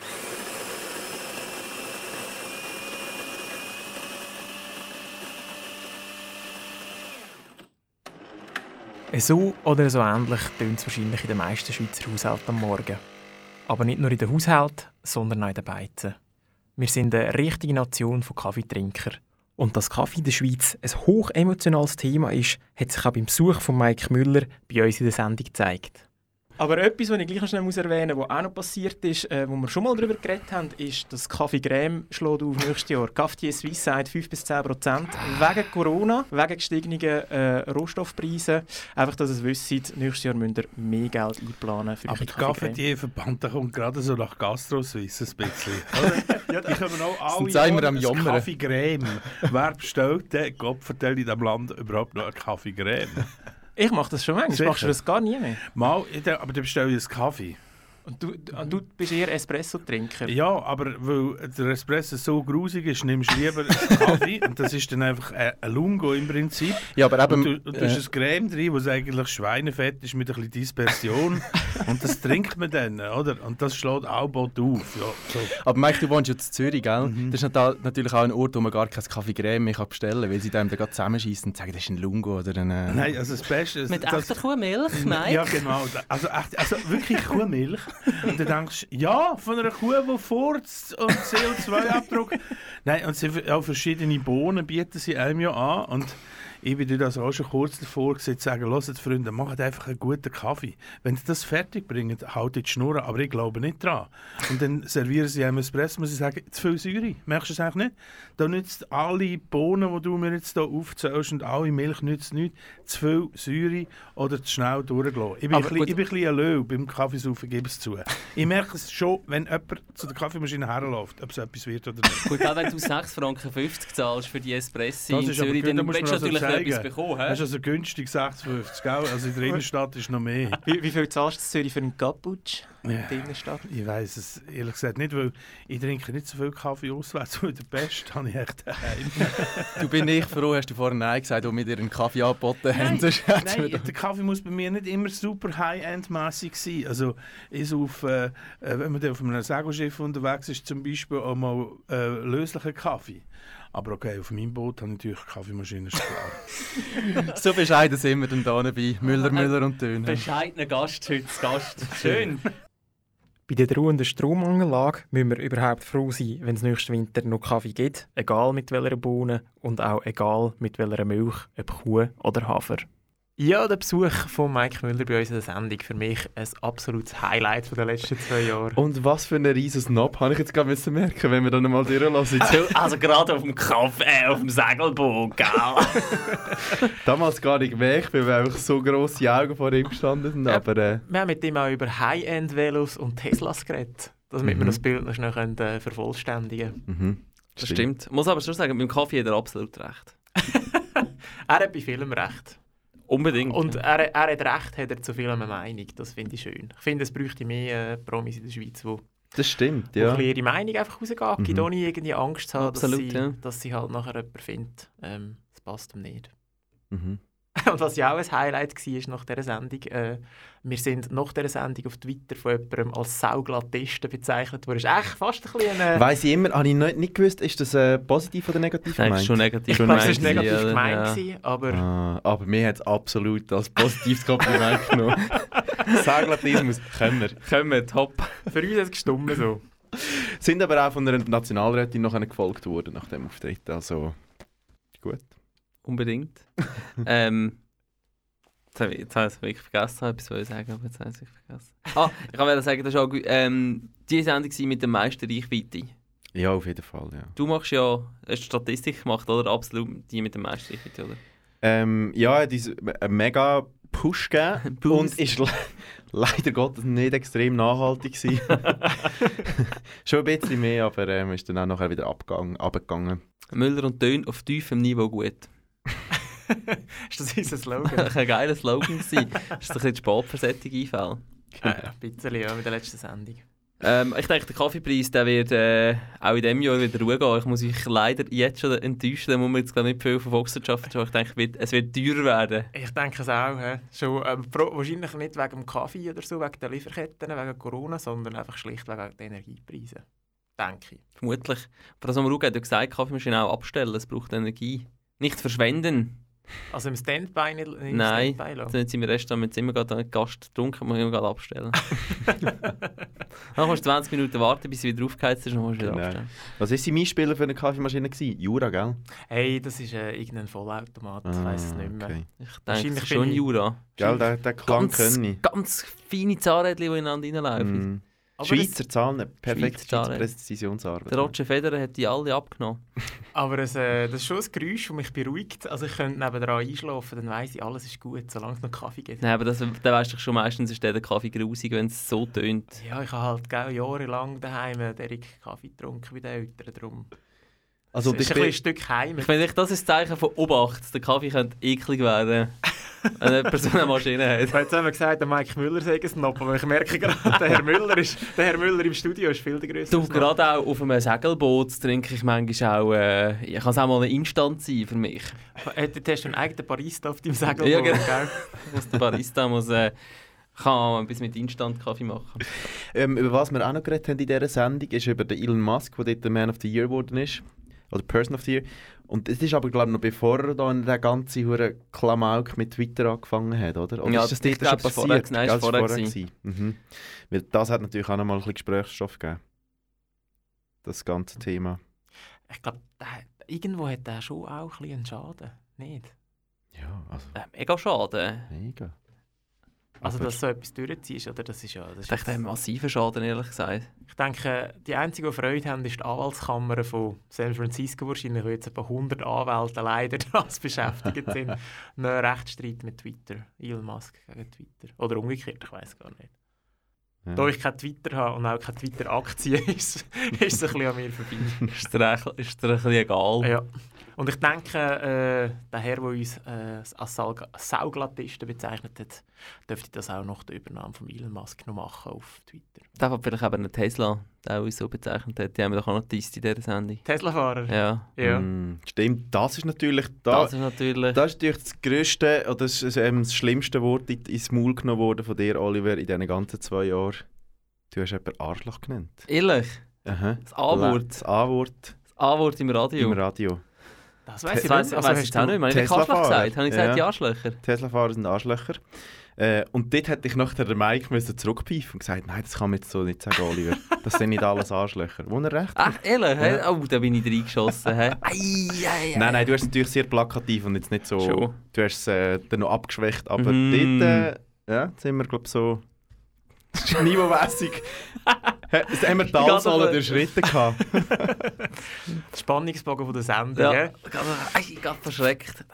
So oder so ähnlich tönt es wahrscheinlich in den meisten Schweizer Haushalten am Morgen. Aber nicht nur in den Haushalten, sondern auch in den Beizen. Wir sind eine richtige Nation von Kaffeetrinkern. Und dass Kaffee in der Schweiz ein hochemotionales Thema ist, hat sich auch beim Besuch von Mike Müller bei uns in der Sendung gezeigt. Aber etwas, was ich gleich noch schnell erwähnen muss, was auch noch passiert ist, äh, wo wir schon mal darüber geredet haben, ist, dass Kaffee Crème schlägt auf nächstes Jahr. Cafetier Suisse sagt fünf bis zehn Prozent. Wegen Corona, wegen gestiegenen äh, Rohstoffpreisen. Einfach, dass ihr es wisst, nächstes Jahr müsst ihr mehr Geld einplanen für Aber der Cafetier-Verband kommt gerade so nach Gastro Suisse ein bisschen. Ja, die kommen auch alle Jahre ein Kaffee Crème. Wer bestellt denn, Gott vertellt in diesem Land überhaupt noch einen Kaffee Crème? Ich mache das schon manchmal. Machst du das gar nie mehr? Mal, aber dann bestelle ich einen Kaffee. Und du, du, du bist eher Espresso-Trinker? Ja, aber weil der Espresso so grusig ist, nimmst du lieber einen Kaffee. Und das ist dann einfach ein Lungo im Prinzip. Ja, aber eben, und du, und du hast äh, ein Creme drin, das eigentlich Schweinefett ist mit ein bisschen Dispersion. Und das trinkt man dann, oder? Und das schlägt auch bald auf. Ja, so. Aber Mike, du wohnst jetzt in Zürich, gell? Mhm. Das ist natürlich auch ein Ort, wo man gar kein Kaffee Creme mehr bestellen kann, weil sie dem dann zusammenschießen und sagen, das ist ein Lungo oder ein... Äh... Nein, also das Beste... Mit echter Kuhmilch, Mike? Ja, genau. Also, echt, also wirklich Kuhmilch. Und dann denkst du, ja, von einer Kuh, die furzt und C O zwei Abdruck. Nein, und sie, auch verschiedene Bohnen bieten sie einem ja an. Und ich bin dir das auch schon kurz davor gesagt, sagen, hört Freunde, macht einfach einen guten Kaffee. Wenn sie das fertig bringen, haltet die Schnur, aber ich glaube nicht dran. Und dann servieren sie einem Espresso, muss ich sagen, zu viel Säure. Merkst du es eigentlich nicht? Da nützt alle Bohnen, die du mir jetzt hier aufzählst und alle Milch nützt nichts, zu viel Säure oder zu schnell durchgelassen. Ich bin aber ein bisschen, ich bin ein bisschen ein Löw beim Kaffeesaufen, gebe es zu. Ich merke es schon, wenn jemand zu der Kaffeemaschine herläuft, ob es etwas wird oder nicht. Gut, auch wenn du sechs Franken fünfzig zahlst für die Espresso in Zürich, dann willst du natürlich etwas bekommen. Das ist also günstig, sechs fünfzig, gell? Also in der Innenstadt ist noch mehr. Wie, wie viel zahlst du in Zürich für einen Cappuccino in ja, der Innenstadt? Ich weiss es ehrlich gesagt nicht, weil ich trinke nicht so viel Kaffee auswärts, weil der Beste habe ich echt daheim. Du bin ich froh, hast du vorhin Nein gesagt, wo wir dir einen Kaffee angeboten haben. Nein, nein der Kaffee muss bei mir nicht immer super high-end-mässig sein. Also ist auf, äh, wenn man auf einem Segelschiff unterwegs ist, zum Beispiel auch mal äh, löslicher Kaffee. Aber okay, auf meinem Boot habe ich natürlich Kaffeemaschine, ist klar. So bescheiden sind wir dann hier bei Müller, Müller und Dön. Bescheidener Gast heute, Gast. Schön. Bei der drohenden Strommangellage müssen wir überhaupt froh sein, wenn es nächsten Winter noch Kaffee gibt, egal mit welcher Bohne und auch egal mit welcher Milch, ob Kuh oder Hafer. Ja, der Besuch von Mike Müller bei uns in der Sendung für mich ein absolutes Highlight der letzten zwei Jahre. Und was für ein riesen Snob, habe ich jetzt gerade müssen merken, wenn wir dann mal durchlassen. Also gerade auf dem Kaffee, äh, auf dem Segelboot, gell? Damals gar nicht weg, weil wir einfach so grosse Augen vor ihm gestanden sind. Ja, aber, äh, wir haben mit ihm auch über High-End-Velos und Teslas geredet, damit Mhm. wir das Bild noch schnell können, äh, vervollständigen können. mhm. Das stimmt. Ich muss aber schon sagen, mit dem Kaffee hat er absolut recht. Er hat bei vielem recht. Unbedingt. Und er, er hat recht, hat er zu viel eine Meinung. Das finde ich schön. Ich finde, es bräuchte mehr äh, Promis in der Schweiz, wo, Das stimmt, wo ja. ihre Meinung einfach rausgehen, Mhm. ohne irgendwie Angst zu haben, Absolut, dass, sie, ja. dass sie halt nachher jemanden findet. Ähm, das passt ihm nicht. Mhm. Und was ja auch ein Highlight war nach dieser Sendung, äh, wir sind nach dieser Sendung auf Twitter von jemandem als Sauglattisten bezeichnet worden. Das ist echt fast ein bisschen eine... Weiss ich immer, habe ich nicht, nicht gewusst, ist das äh, positiv oder negativ Nein, gemeint? schon negativ Ich glaube, es war gemeint, negativ ja, gemeint, ja. gewesen, aber... Ah, aber mir hat es absolut als positives Kompliment genommen. Saglatismus, können wir. Können wir, top. Für uns hat es gestummen so. Sind aber auch von einer Nationalrätin noch gefolgt worden nach dem Auftritt, also gut. Unbedingt. ähm, jetzt habe ich jetzt habe ich es wirklich vergessen, etwas wollte ich sagen, aber jetzt habe ich es wirklich vergessen. Ah, ich wollte sagen, das war auch ähm, die Sendung mit der meisten Reichweite. Ja, auf jeden Fall, ja. Du machst ja, hast die Statistik gemacht, oder? Absolut die mit der meisten Reichweite, oder? Ähm, ja, er hat uns einen mega Push gegeben und ist le leider Gottes nicht extrem nachhaltig gewesen. Schon ein bisschen mehr, aber ähm, ist dann auch nachher wieder abgegangen. abgegangen. Müller und Dön auf tiefem Niveau gut. Ist das unser Slogan? Das war ein geiler Slogan. Das ist ein bisschen spät für solche Einfälle. Ja, ein bisschen, ja, mit der letzten Sendung. Ähm, ich denke, der Kaffeepreis der wird äh, auch in diesem Jahr wieder Ruhe gehen. Ich muss mich leider jetzt schon enttäuschen, da muss man jetzt gar nicht viel von Volkswirtschaft schaffen. Ich denke, es wird, es wird teurer werden. Ich denke es auch. He. Schon, ähm, pro, wahrscheinlich nicht wegen dem Kaffee oder so, wegen der Lieferketten, wegen Corona, sondern einfach schlicht wegen der Energiepreise. Denke ich. Vermutlich. Frau Sommaruga hat ja gesagt, Kaffeemaschine auch abstellen, es braucht Energie. Nicht verschwenden. Also im Standby nicht im Nein, Standby lassen? dann sind wir erst mit immer gerade einen Gast getrunken, muss ich immer gerade abstellen. Dann musst du zwanzig Minuten warten, bis sie wieder aufgeheizt ist, und dann musst du wieder Genau. abstellen. Was war sein Einspieler für eine Kaffeemaschine? Gewesen? Jura, gell? Hey, das ist äh, irgendein Vollautomat, ich weiss es nicht mehr. okay. Ich denke, Wahrscheinlich das ist schon bin ich- Jura. Gell, der, der Klang Ganz, können ich. ganz feine Zahnrädchen, die ineinander reinlaufen. Mm. Aber Schweizer Zahlen, perfekte Schweizer Zahlen. Schweizer Präzisionsarbeit. Der Roger Federer hat die alle abgenommen. Aber es, äh, das ist schon ein Geräusch, das mich beruhigt. Also ich könnte nebenan einschlafen, dann weiss ich, alles ist gut, solange es noch Kaffee gibt. Nein, aber das, dann weisst du schon, meistens ist der Kaffee grusig, wenn es so tönt. Ja, ich habe halt gell, jahrelang daheim direkt Kaffee getrunken bei den Eltern. Darum. Also, Es ist ich ein, bin- bisschen ein Stück heim. Ich finde, das ist ein Zeichen von Obacht. Der Kaffee könnte eklig werden, wenn eine Person eine Maschine hat. Jetzt haben wir gesagt, der Mike Müller sei ein Snob, aber ich merke gerade, der Herr Müller, ist, der Herr Müller im Studio ist viel der grösser. Du, gerade auch auf einem Segelboot trinke ich manchmal auch, äh, ich kann es auch mal ein Instant sein für mich. Jetzt hast du einen eigenen Barista auf deinem Segelboot, Ja, genau. gell? Muss der Barista muss, äh, kann ein bisschen mit Instant-Kaffee machen. Ähm, über was wir auch noch geredet haben in dieser Sendung, ist über den Elon Musk, der dort der Man of the Year geworden ist. Oder Person of the Year. Und es ist aber, glaube ich, noch bevor er da in der ganzen hure Klamauk mit Twitter angefangen hat, oder? Oder Ja, ist das ich dort glaub, schon es war passiert? vorher- nein, es Gell, war es vorher gewesen. Mhm. Weil das hat natürlich auch noch mal ein bisschen Gesprächsstoff gegeben. Das ganze Thema. Ich glaube, irgendwo hat der schon auch ein bisschen einen Schaden, nicht? Ja, also Äh, mega schade. mega. Also, Aber- dass so etwas durchziehst, oder? Das ist ja... Das Ich ist denke, der hat jetzt- massiven Schaden, ehrlich gesagt. Ich denke, die einzigen, die Freude haben, ist die Anwaltskammer von San Francisco wahrscheinlich, wo jetzt etwa hundert Anwälte leider daran beschäftigt sind. Einen Rechtsstreit mit Twitter. Elon Musk gegen Twitter. Oder umgekehrt, ich weiß gar nicht. Ja. Da ich kein Twitter habe und auch keine Twitter-Aktie, ist, ist es ein bisschen an mir vorbei. Ist dir, echt- ist dir ein bisschen egal? Ja. Und ich denke, äh, der Herr, der uns äh, als Saug Sauglattisten bezeichnet hat, dürfte das auch nach der Übernahme von Elon Musk noch machen auf Twitter. Der hat vielleicht eben einen Tesla, der uns so bezeichnet hat. Die haben wir doch auch noch geteased in dieser Sendung. Tesla-Fahrer? Ja. Ja. Mm, stimmt, das ist natürlich... Da, Das ist natürlich... das ist natürlich das grösste oder das, ist, ähm, das schlimmste Wort in- ins Maul genommen worden von dir, Oliver, in diesen ganzen zwei Jahren. Du hast jemanden Arschloch genannt. Ehrlich? Aha. Das A-Wort. Das A-Wort Das A-Wort im Radio. im Radio. Das Das weiss ich weiss nicht. ich Also weiss hast jetzt auch du- nicht mehr. Habe ich nicht Arschloch Tesla-Fahrer. gesagt? Habe ich gesagt, Ja. die Arschlöcher? Tesla-Fahrer sind Arschlöcher. Äh, und dort hätte ich nachher den Mike müssen zurückpfeifen und gesagt, nein, das kann man jetzt so nicht sagen, Oliver. Das sind nicht alles Arschlöcher. Wo er recht hat. Ach, ehrlich? Ja. Oh, da bin ich reingeschossen. Ei, ei, ei. Nein, nein, du hast es natürlich sehr plakativ und jetzt nicht so... Schon. Du hast es äh, dann noch abgeschwächt, aber Mm. dort äh, ja, jetzt sind wir, glaube ich, so... Niveaumässig. Jetzt haben wir die Talsohle durchschritten gehabt. Der Spannungsbogen von der Sendung. Ja, Ja. ich bin verschreckt.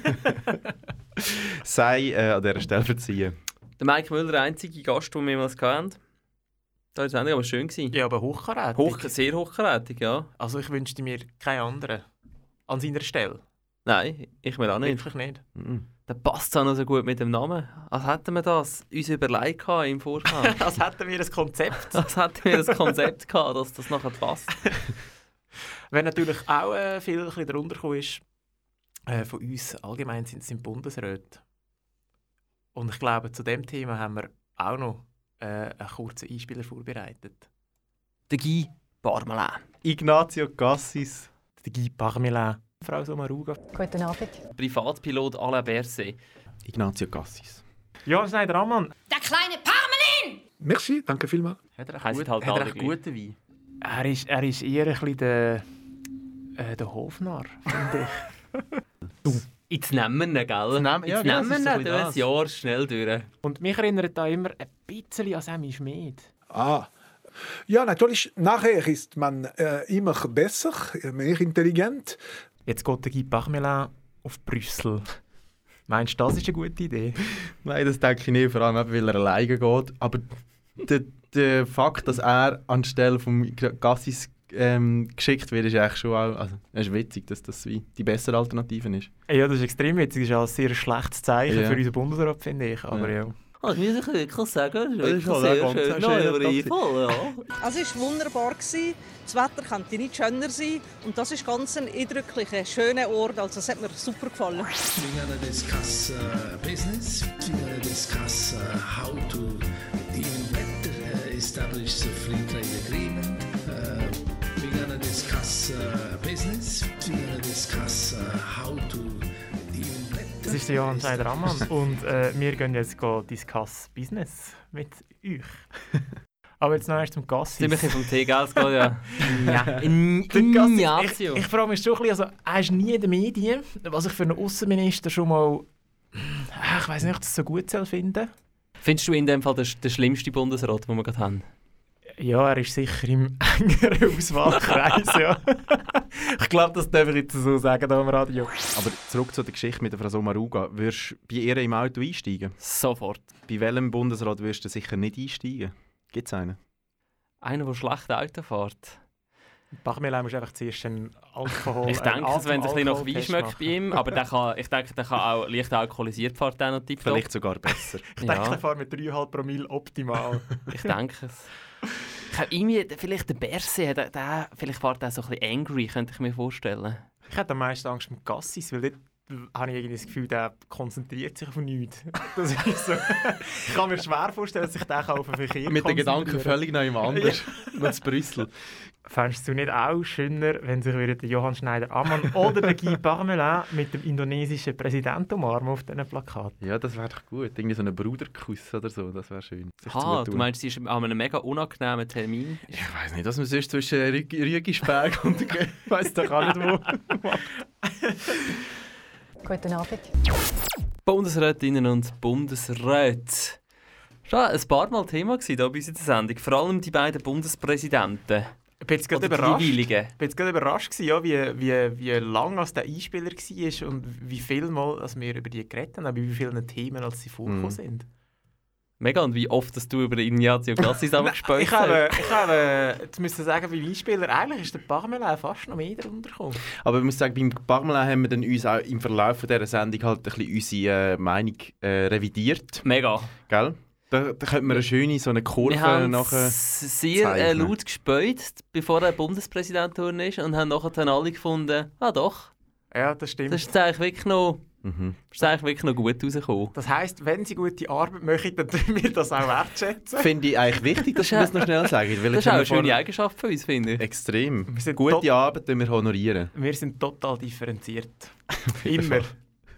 Sei äh, an dieser Stelle verziehen. Der Mike Müller, der einzige Gast, den wir jemals hatten. Das war die Sendung aber schön. Gewesen. Ja, aber hochkarätig. Hoch, sehr hochkarätig, ja. Also ich wünschte mir keinen anderen an seiner Stelle. Nein, ich mir auch nicht. Wirklich nicht. Mhm. Der passt auch noch so gut mit dem Namen. Als hätten wir das uns überlegt im Vorstand. Als hätten wir ein Konzept. Als hätten wir ein Konzept gehabt, dass das nachher passt. Wer natürlich auch äh, viel ein bisschen darunter gekommen ist, äh, von uns allgemein sind es im Bundesrat. Und ich glaube, zu dem Thema haben wir auch noch äh, einen kurzen Einspieler vorbereitet. Der Guy Parmelin. Ignazio Cassis. Der Guy Parmelin. Frau Sommaruga. Guten Abend. Privatpilot Alain Berset. Ignazio Cassis. Ja, Schneider-Ammann. Der kleine Parmelin! Merci, danke vielmals. Hat er Heisst gut, halt hat er alle echt gleich. guten Wein? Er ist, er ist eher ein bisschen der, äh, der Hofnarr, finde ich. Jetzt nehmen wir ihn, gell? Jetzt nehmen- ja, Jetzt genau, nehmen das ist wir so ihn, ein ein bisschen Jahr schnell durch. Und mich erinnert da immer ein bisschen an Sammy Schmid. Ah. Ja, natürlich, nachher ist man äh, immer besser, mehr intelligent. Jetzt geht der Guy Parmelin auf Brüssel. Meinst du, das ist eine gute Idee? Nein, das denke ich nicht, vor allem eben, weil er alleine geht. Aber der, der Fakt, dass er anstelle von Cassis ähm, geschickt wird, ist eigentlich schon auch, also, es ist witzig, dass das wie die bessere Alternative ist. Ja, das ist extrem witzig. Das ist auch ein sehr schlechtes Zeichen Ja. für unseren Bundesrat, finde ich. Aber ja. Ja. Oh, das muss ich wirklich sagen, das Das ist ist wirklich halt sehr auch ganz schön. schön, Neuer das Einfall, ja. Also es war wunderbar. Das Wetter könnte nicht schöner sein. Und das ist ganz ein eindrücklicher, schöner Ort. Also es hat mir super gefallen. We're gonna discuss uh, business. We're gonna discuss uh, how to even better uh, establish a free trade agreement. Uh, we're gonna discuss uh, business. We're gonna discuss uh, how to even better. Das ist der Johann Schneider-Ammann und äh, wir gehen jetzt go discuss Business mit euch. Aber jetzt noch erst zum Cassis. Sind wir ein bisschen vom Teegeld gehen, ja. Ja. In- Der Cassis, Ignazio. Ich, ich frage mich schon ein bisschen, also, er ist nie in den Medien, was ich für einen Außenminister schon mal, ich weiß nicht, ob ich das so gut soll finden. Findest du in dem Fall den, den schlimmsten Bundesrat, den wir gerade haben? Ja, er ist sicher im engeren Auswahlkreis, ja. Ich glaube, das darf ich jetzt so sagen hier am Radio. Aber zurück zu der Geschichte mit der Frau Sommaruga. Würdest du bei ihr im Auto einsteigen? Sofort. Bei welchem Bundesrat würdest du sicher nicht einsteigen? Gibt es einen? Einer, der schlecht Auto fährt. Parmelin muss einfach zuerst einen Alkohol... Ich denke, einen wenn es ein bisschen nach Wein Alkoholtest schmeckt machen. bei ihm, aber der kann, ich denke, der kann auch leicht alkoholisiert fahren, der noch tiptop. Vielleicht sogar besser. Ich denke, der fährt mit drei Komma fünf Promille optimal. Ich denke es. Ich habe irgendwie, vielleicht der Berset, der, der, vielleicht fährt der so ein bisschen angry, könnte ich mir vorstellen. Ich hätte am meisten Angst mit Cassis, weil dort habe ich irgendwie das Gefühl, der konzentriert sich auf nichts. Das ist so. Ich kann mir schwer vorstellen, dass sich der auf den Verkehr Mit den Gedanken konzentrieren. völlig neu im anders. Noch zu Brüssel. Fändest du nicht auch schöner, wenn sich wieder der Johann Schneider-Ammann oder der Guy Parmelin mit dem indonesischen Präsidenten umarmen auf diesen Plakaten? Ja, das wäre doch gut. Irgendwie so ein Bruderkuss oder so, das wäre schön. Sich Ah, zutun. du meinst, sie ist an einem mega unangenehmen Termin? Ich weiß nicht, dass man sonst zwischen Rü- Rügisberg und ich weiss doch auch nicht wo. Guten Abend. Bundesrätinnen und Bundesräte. Schon ein paar Mal Thema gewesen, hier bei uns in der Sendung. Vor allem die beiden Bundespräsidenten. Ich bin jetzt gerade Oder die überrascht, jeweiligen. ich bin jetzt gerade überrascht gewesen, ja, wie, wie, wie lang als der Einspieler war und wie viel Mal als wir über die geredet haben, aber wie vielen Themen als sie vorgekommen Mhm. sind. Mega, und wie oft dass du über Ignazio Cassis abgespielt Ich habe, ich habe jetzt müssen sagen, beim Einspieler, eigentlich ist der Parmelin fast noch mehr darunter gekommen. Aber ich muss sagen, beim Parmelin haben wir dann uns auch im Verlauf dieser Sendung halt ein bisschen unsere äh, Meinung äh, revidiert. Mega. Gell? Da, da könnte man eine schöne so eine Kurve Wir haben nachher sehr äh, zeichnen. laut gespäut, bevor er Bundespräsident geworden ist, und haben nachher dann alle gefunden, ah doch, Ja, das stimmt. das ist eigentlich wirklich noch, Mhm. das ist eigentlich wirklich noch gut rausgekommen. Das heisst, wenn sie gute Arbeit machen, dann tun wir das auch wertschätzen. Finde ich eigentlich wichtig, dass wir das noch schnell sagen. Weil Das jetzt ist auch haben eine wir schöne vor- Eigenschaft für uns, finde ich. Extrem. Wir sind Gute tot- Arbeit müssen wir honorieren. Wir sind total differenziert. jeden Immer. Fall.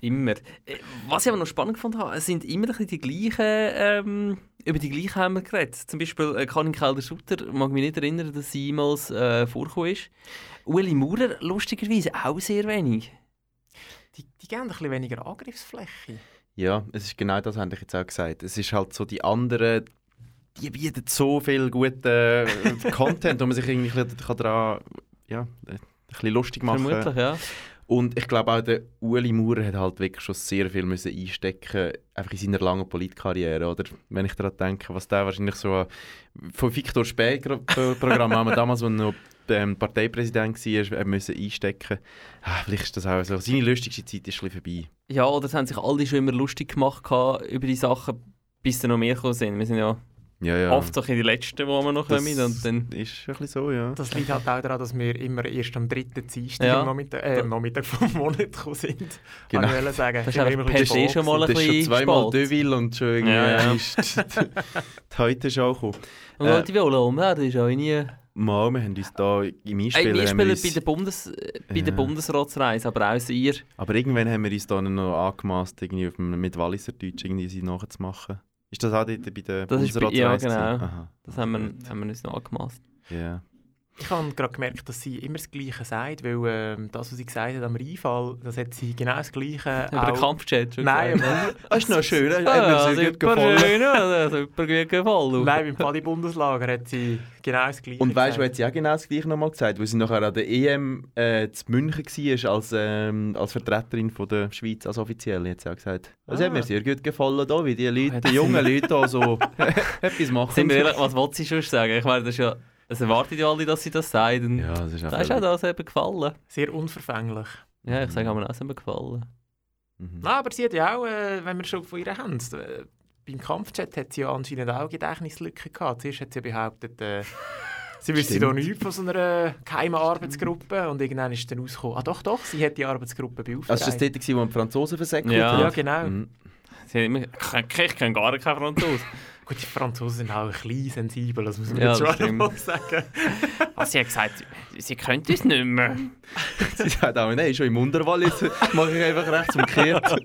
Immer. Was ich aber noch spannend gefunden habe, es sind immer ein bisschen die gleichen, ähm, über die gleichen haben wir geredet. Zum Beispiel äh, Karin Keller-Sutter, mag mich nicht erinnern, dass sie jemals äh, vorgekommen ist. Ueli Maurer, lustigerweise, auch sehr wenig. Die, die geben ein bisschen weniger Angriffsfläche. Ja, es ist genau das, habe ich jetzt auch gesagt. Es ist halt so, die anderen, die bieten so viel guten äh, Content, wo man sich irgendwie kann daran ja, ein bisschen lustig machen kann. Vermutlich, ja. Und ich glaube auch, der Ueli Maurer hat halt wirklich schon sehr viel müssen einstecken einfach in seiner langen Politkarriere. Oder wenn ich daran denke, was der wahrscheinlich so von Viktor Späh-Programm haben wir damals, als er noch ähm, Parteipräsident war, er müssen einstecken. Ah, vielleicht ist das auch so. Seine lustigste Zeit ist ein bisschen vorbei. Ja, oder es haben sich alle schon immer lustig gemacht über die Sachen, bis da noch mehr gekommen sind. Wir sind ja, ja, ja. oft so die Letzten, wo wir noch das kommen. Und dann ist ein bisschen so, ja. Das liegt halt auch daran, dass wir immer erst am dritten Dienstag ja. am Nachmittag, äh, am Nachmittag vom Monat gekommen sind. Genau. Kann ich sagen. Das ist einfach per se schon mal ein bisschen spät. Das ist schon zweimal Deville und schon irgendwie ja, ja. ist die, die Heute-Show gekommen. Und äh, die Viola um, das ist auch nie... Mal, wir haben uns da im Einspielen... Hey, wir spielen uns, bei der, Bundes, bei ja. der Bundesratsreise, aber auch ihr. Aber irgendwann haben wir uns da noch angemaßt, irgendwie auf dem, mit Walliser Deutsch irgendwie sie nachzumachen. Ist das auch dort bei der das Bundesratsreise? Ja, genau. Aha. Das haben wir, haben wir uns noch angemaßt. Yeah. Ich habe gerade gemerkt, dass sie immer das Gleiche sagt, weil ähm, das, was sie gesagt hat am Rheinfall, das hat sie genau das Gleiche... Über den Kampfjet schon Nein, gesagt. Das ist noch schön, das ah, hat mir ja, sehr gut super gefallen. Schön, ja, super gut gefallen. Nein, beim Padi-Bundeslager hat sie genau das Gleiche Und weißt du, gesagt. hat sie auch genau das Gleiche nochmal gesagt, weil sie nachher an der E M äh, zu München war, als, ähm, als Vertreterin von der Schweiz, als Offizielle, hat sie auch gesagt. Das ah. hat mir sehr gut gefallen, da, wie die Leute, die jungen Leute da so etwas machen. Sind wir ehrlich, was will sie schon sagen? Ich meine, das ist ja... Es erwartet ja alle, dass sie das sagen. Ja, das ist auch, das ist auch das eben gefallen. Sehr unverfänglich. Ja, ich sage, haben mir auch immer gefallen. Mhm. Na, aber sie hat ja auch, äh, wenn wir schon von ihr haben, äh, beim Kampfchat hat sie ja anscheinend auch Gedächtnislücken gehabt. Zuerst hat sie behauptet, äh, sie wüsste da nichts von so einer geheimen Arbeitsgruppe und irgendwann ist dann rausgekommen, ah doch, doch, sie hat die Arbeitsgruppe beauftragt. Also das war dort, wo die Franzosen versäckelt ja. haben? Ja, genau. Mhm. Sie haben immer, ich, ich kenne gar keinen Franzosen. Gut, die Franzosen sind auch ein bisschen sensibel, das muss man ja, jetzt schon mal sagen. Also sie hat gesagt, sie könnte es nicht mehr. Sie sagt auch, nein, schon im Unterwall, jetzt mache ich einfach rechts umgekehrt.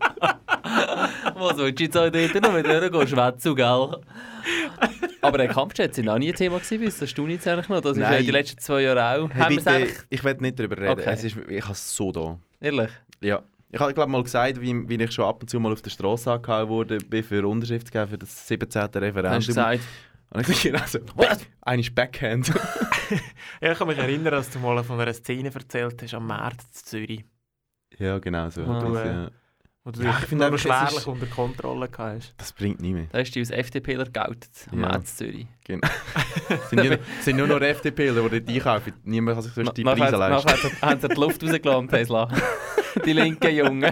Was willst du jetzt auch dort noch mit ihr gehen, schwätzen, gell? Aber der Kampfjet war auch nie ein Thema gewesen, das hast du jetzt eigentlich noch. Das Nein. ist ja die letzten zwei Jahre auch. Hey, bitte, ich will nicht darüber reden, okay. es ist, ich habe es so da. Ehrlich? Ja. Ich habe glaube mal gesagt, wie, wie ich schon ab und zu mal auf der Straße angehauen wurde, bin für Unterschrift zu geben für das siebzehnte Referendum. Hast du gesagt? Und ich dachte, also, what? Eine ist Backhand. Ja, ich kann mich erinnern, dass du mal von einer Szene erzählt hast am März in Zürich. Ja, genau so. Wo du, das, äh, ja. wo du Ja, ich finde nur einfach, es schwerlich ist- unter Kontrolle hast. Das bringt nie mehr. Da ist die als FDPler geoutet, am Ja. März Zürich. Genau. Es sind, nur- es sind nur noch FDPler, die dort einkaufen. Niemand kann sich sonst die Nachher Preise hat- leisten. nachher hat- haben sie die Luft rausgelassen am Tesla. Die linken Jungen.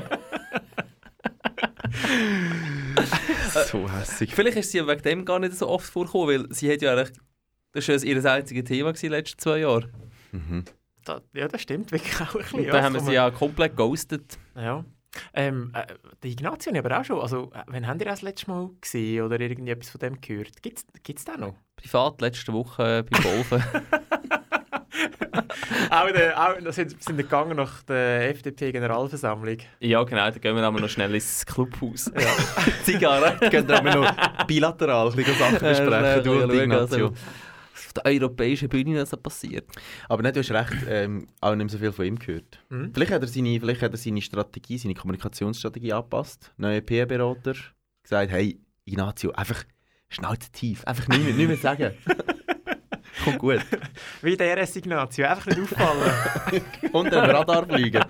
So hässig. Vielleicht ist sie ja wegen dem gar nicht so oft vorgekommen, weil sie hat ja recht, das war ja ihr einziges Thema in den letzten zwei Jahren. Mhm. Da, ja, das stimmt wirklich auch ein bisschen. Und ja, dann das haben wir kann sie ja komplett ghostet. man- Ja. Ähm, äh, die Ignazio habe ich aber auch schon. Also, äh, wann habt ihr das letzte Mal gesehen oder irgendetwas von dem gehört? Gibt es das noch? Privat, letzte Woche beim Golfen. auch, der, auch das sind, sind wir gegangen nach der F D P-Generalversammlung. Ja, genau, dann gehen wir aber noch schnell ins Clubhaus. Ja. Zigarre. Können wir noch bilateral ein bisschen Sachen besprechen, du und die Ignazio. Was auf der europäischen Bühne noch so passiert. Aber nicht, du hast recht, ähm, auch nicht mehr so viel von ihm gehört. Mhm. Vielleicht, hat er seine, vielleicht hat er seine Strategie, seine Kommunikationsstrategie angepasst. Neuer P R-Berater. Gesagt, hey, Ignazio, einfach Schnauze tief. Einfach nicht mehr, nicht mehr sagen. Kommt gut. Wie der R S Ignazio, einfach nicht auffallen. Unter dem Radar fliegen.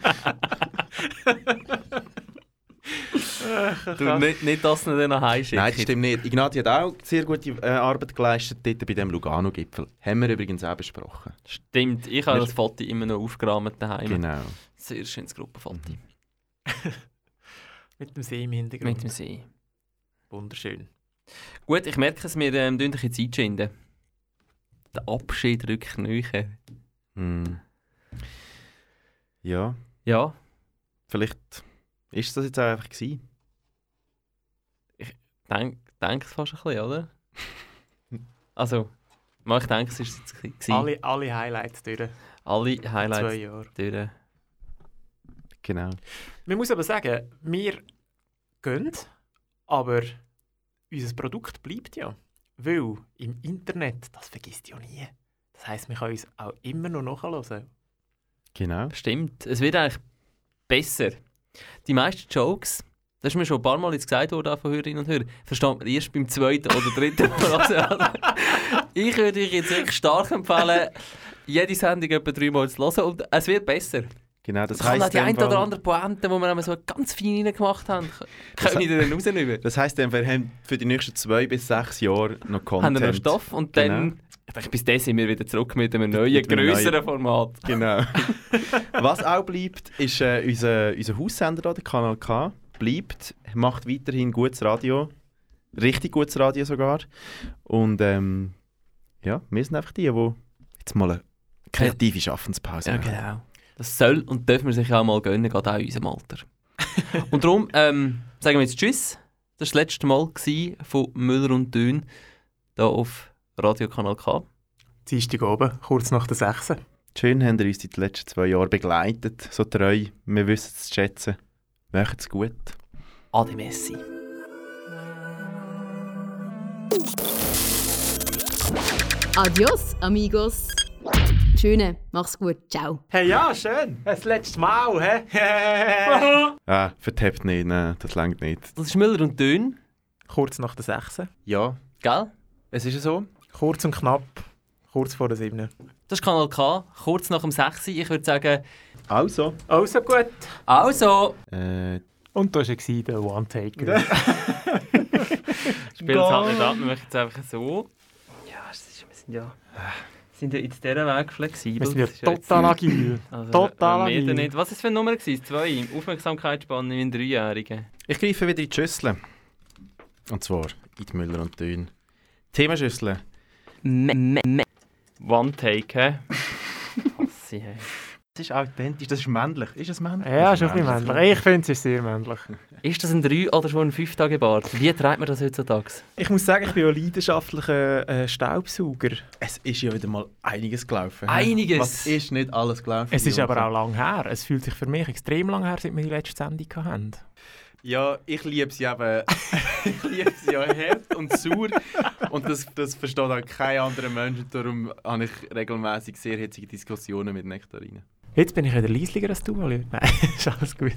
Du, nicht, nicht das nicht nach Hause schicken. Nein, das stimmt nicht. Ignazio hat auch sehr gute äh, Arbeit geleistet dort bei dem Lugano-Gipfel. Haben wir übrigens auch besprochen. Stimmt, ich habe Wir- das Foto immer noch aufgerahmt daheim. Genau. Sehr schönes Gruppenfoto. Mit dem See im Hintergrund. Mit dem See. Wunderschön. Gut, ich merke es, wir ähm, tun ein bisschen Zeit schinden. Der Abschied rückt näher. Hm. Ja. Ja. Vielleicht ist das jetzt auch einfach gewesen. Ich denke denk es fast ein bisschen, oder? Also, mal ich denke, es ist jetzt gewesen. Alle, alle Highlights durch. Alle Highlights Zwei Jahre. durch. Genau. Man muss aber sagen, wir gehen, aber unser Produkt bleibt ja. Weil im Internet, das vergisst ja nie. Das heisst, man kann uns auch immer noch nachhören. Genau. Stimmt. Es wird eigentlich besser. Die meisten Jokes, das ist mir schon ein paar Mal jetzt gesagt worden von Hörerinnen und Hörern, versteht man erst beim zweiten oder dritten Mal. Ich würde euch jetzt wirklich stark empfehlen, jede Sendung etwa dreimal zu hören und es wird besser. Genau, das kann heisst auch die eine oder andere Pointe, die wir so ganz fein reingemacht haben, können wir dann rausnehmen. Das heisst, wir haben für die nächsten zwei bis sechs Jahre noch Content. Haben wir noch Stoff und dann, genau. Ich denke, bis dann sind wir wieder zurück mit einem neuen, mit einem grösseren neuen Format. Genau. Was auch bleibt, ist äh, unser, unser Haussender da, der Kanal K. Bleibt, macht weiterhin gutes Radio. Richtig gutes Radio sogar. Und ähm, ja, wir sind einfach die, die jetzt mal eine kreative Schaffenspause ja, machen. Genau. Das soll und dürfen wir sich auch mal gönnen, gerade auch in unserem Alter. Und darum ähm, sagen wir jetzt Tschüss. Das war das letzte Mal von Müller und Dön hier auf Radio Kanal K. Dienstag oben, kurz nach der sechs. Schön, habt ihr uns die letzten zwei Jahre begleitet, so treu. Wir wissen es zu schätzen. Macht's gut. Ade Messi. Adios, amigos. Schöne, mach's gut, ciao. Hey, ja, schön. Das letzte Mal, hä? Ah, vertappt nicht, nein, das reicht nicht. Das ist Müller und Dön. Kurz nach der sechs. Ja. Gell? Es ist so. Kurz und knapp. Kurz vor der sieben. Das ist Kanal K, kurz nach dem sechs. Ich würde sagen... Also. Also gut. Also. Äh, und da war der One-Taker. Spiel es halt nicht ab, wir machen es einfach so. Ja, es ist, wir sind ja... sind ja jetzt dieser Weg flexibel. Wir sind ja total agil. Also, total agil. Nicht. Was war es für eine Nummer? Zwei. Aufmerksamkeitsspanne in Dreijährigen. Ich greife wieder in die Schüssel. Und zwar in die Müller und Dön. Themaschüssel. One-Take, hä? Das ist authentisch, das ist männlich. Ist es männlich? Ja, schon ein bisschen männlich. Ich finde es ist sehr männlich. Ist das ein drei- oder schon ein fünf-Tage-Bart? Wie treibt man das heutzutage? Ich muss sagen, ich bin ein leidenschaftlicher äh, Staubsauger. Es ist ja wieder mal einiges gelaufen. Einiges? Was ist nicht alles gelaufen? Es ist aber auch lang her. Es fühlt sich für mich extrem lang her, seit wir die letzte Sendung hatten. Ja, ich liebe sie eben. Ich liebe sie ja hart und sauer. Und das, das versteht auch kein anderer Mensch. Darum habe ich regelmäßig sehr hitzige Diskussionen mit Nektarinen. Jetzt bin ich wieder leislicher als du, Oliver. Nein, ist alles gut.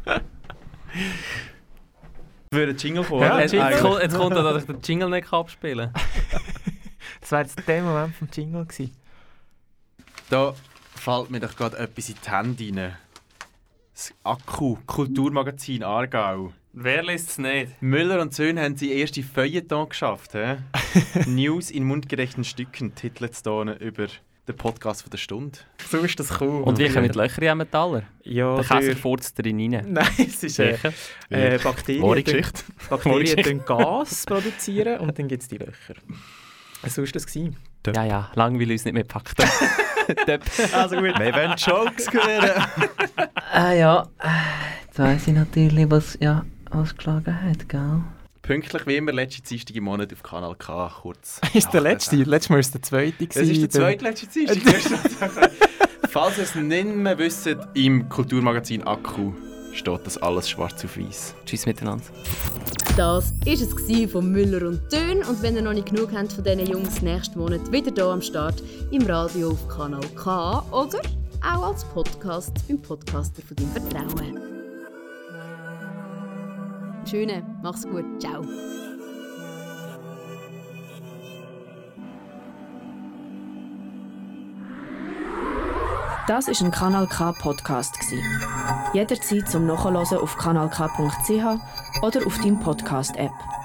Für einen Jingle vor. Ja, jetzt, jetzt kommt, jetzt kommt dass ich den Jingle nicht abspielen kann. Das war jetzt der Moment vom Jingle gewesen. Da fällt mir doch gerade etwas in die Hände rein. Das Akku, Kulturmagazin Aargau. Wer liest es nicht? Müller und Söhn haben sie erste Feuilleton geschafft. He? News in mundgerechten Stücken titelt es hier über den Podcast von der Stunde. So ist das cool. Und wie mit Löchern in Metaller? Ja, der Käse furzt drin rein. Nein, es ist äh, äh, Bakterien, Geschichte. Bakterien tun Gas produzieren und dann gibt es die Löcher. So war das. Ja, ja, langweilig uns nicht mehr gepackt. Also gut. Wir wollen Jokes hören. Ah ja, jetzt weiss ich natürlich, was, ja, was geschlagen hat, gell? Pünktlich wie immer, letzte Dienstag im Monat auf Kanal K, kurz. Ist der letzte? Letztes Mal war es der zweite. Das ist der zweitletzte Dienstag. Falls ihr es nicht mehr wisst, im Kulturmagazin Akku steht das alles schwarz auf weiß. Tschüss miteinander. Das war es von Müller und Dön. Und wenn ihr noch nicht genug habt von diesen Jungs, nächsten Monat wieder hier am Start im Radio auf Kanal K oder auch als Podcast beim Podcaster von deinem Vertrauen. Schöne, mach's gut, ciao. Das war ein Kanal K Podcast. Jederzeit zum Nachhören auf kanal k punkt c h oder auf deinem Podcast-App.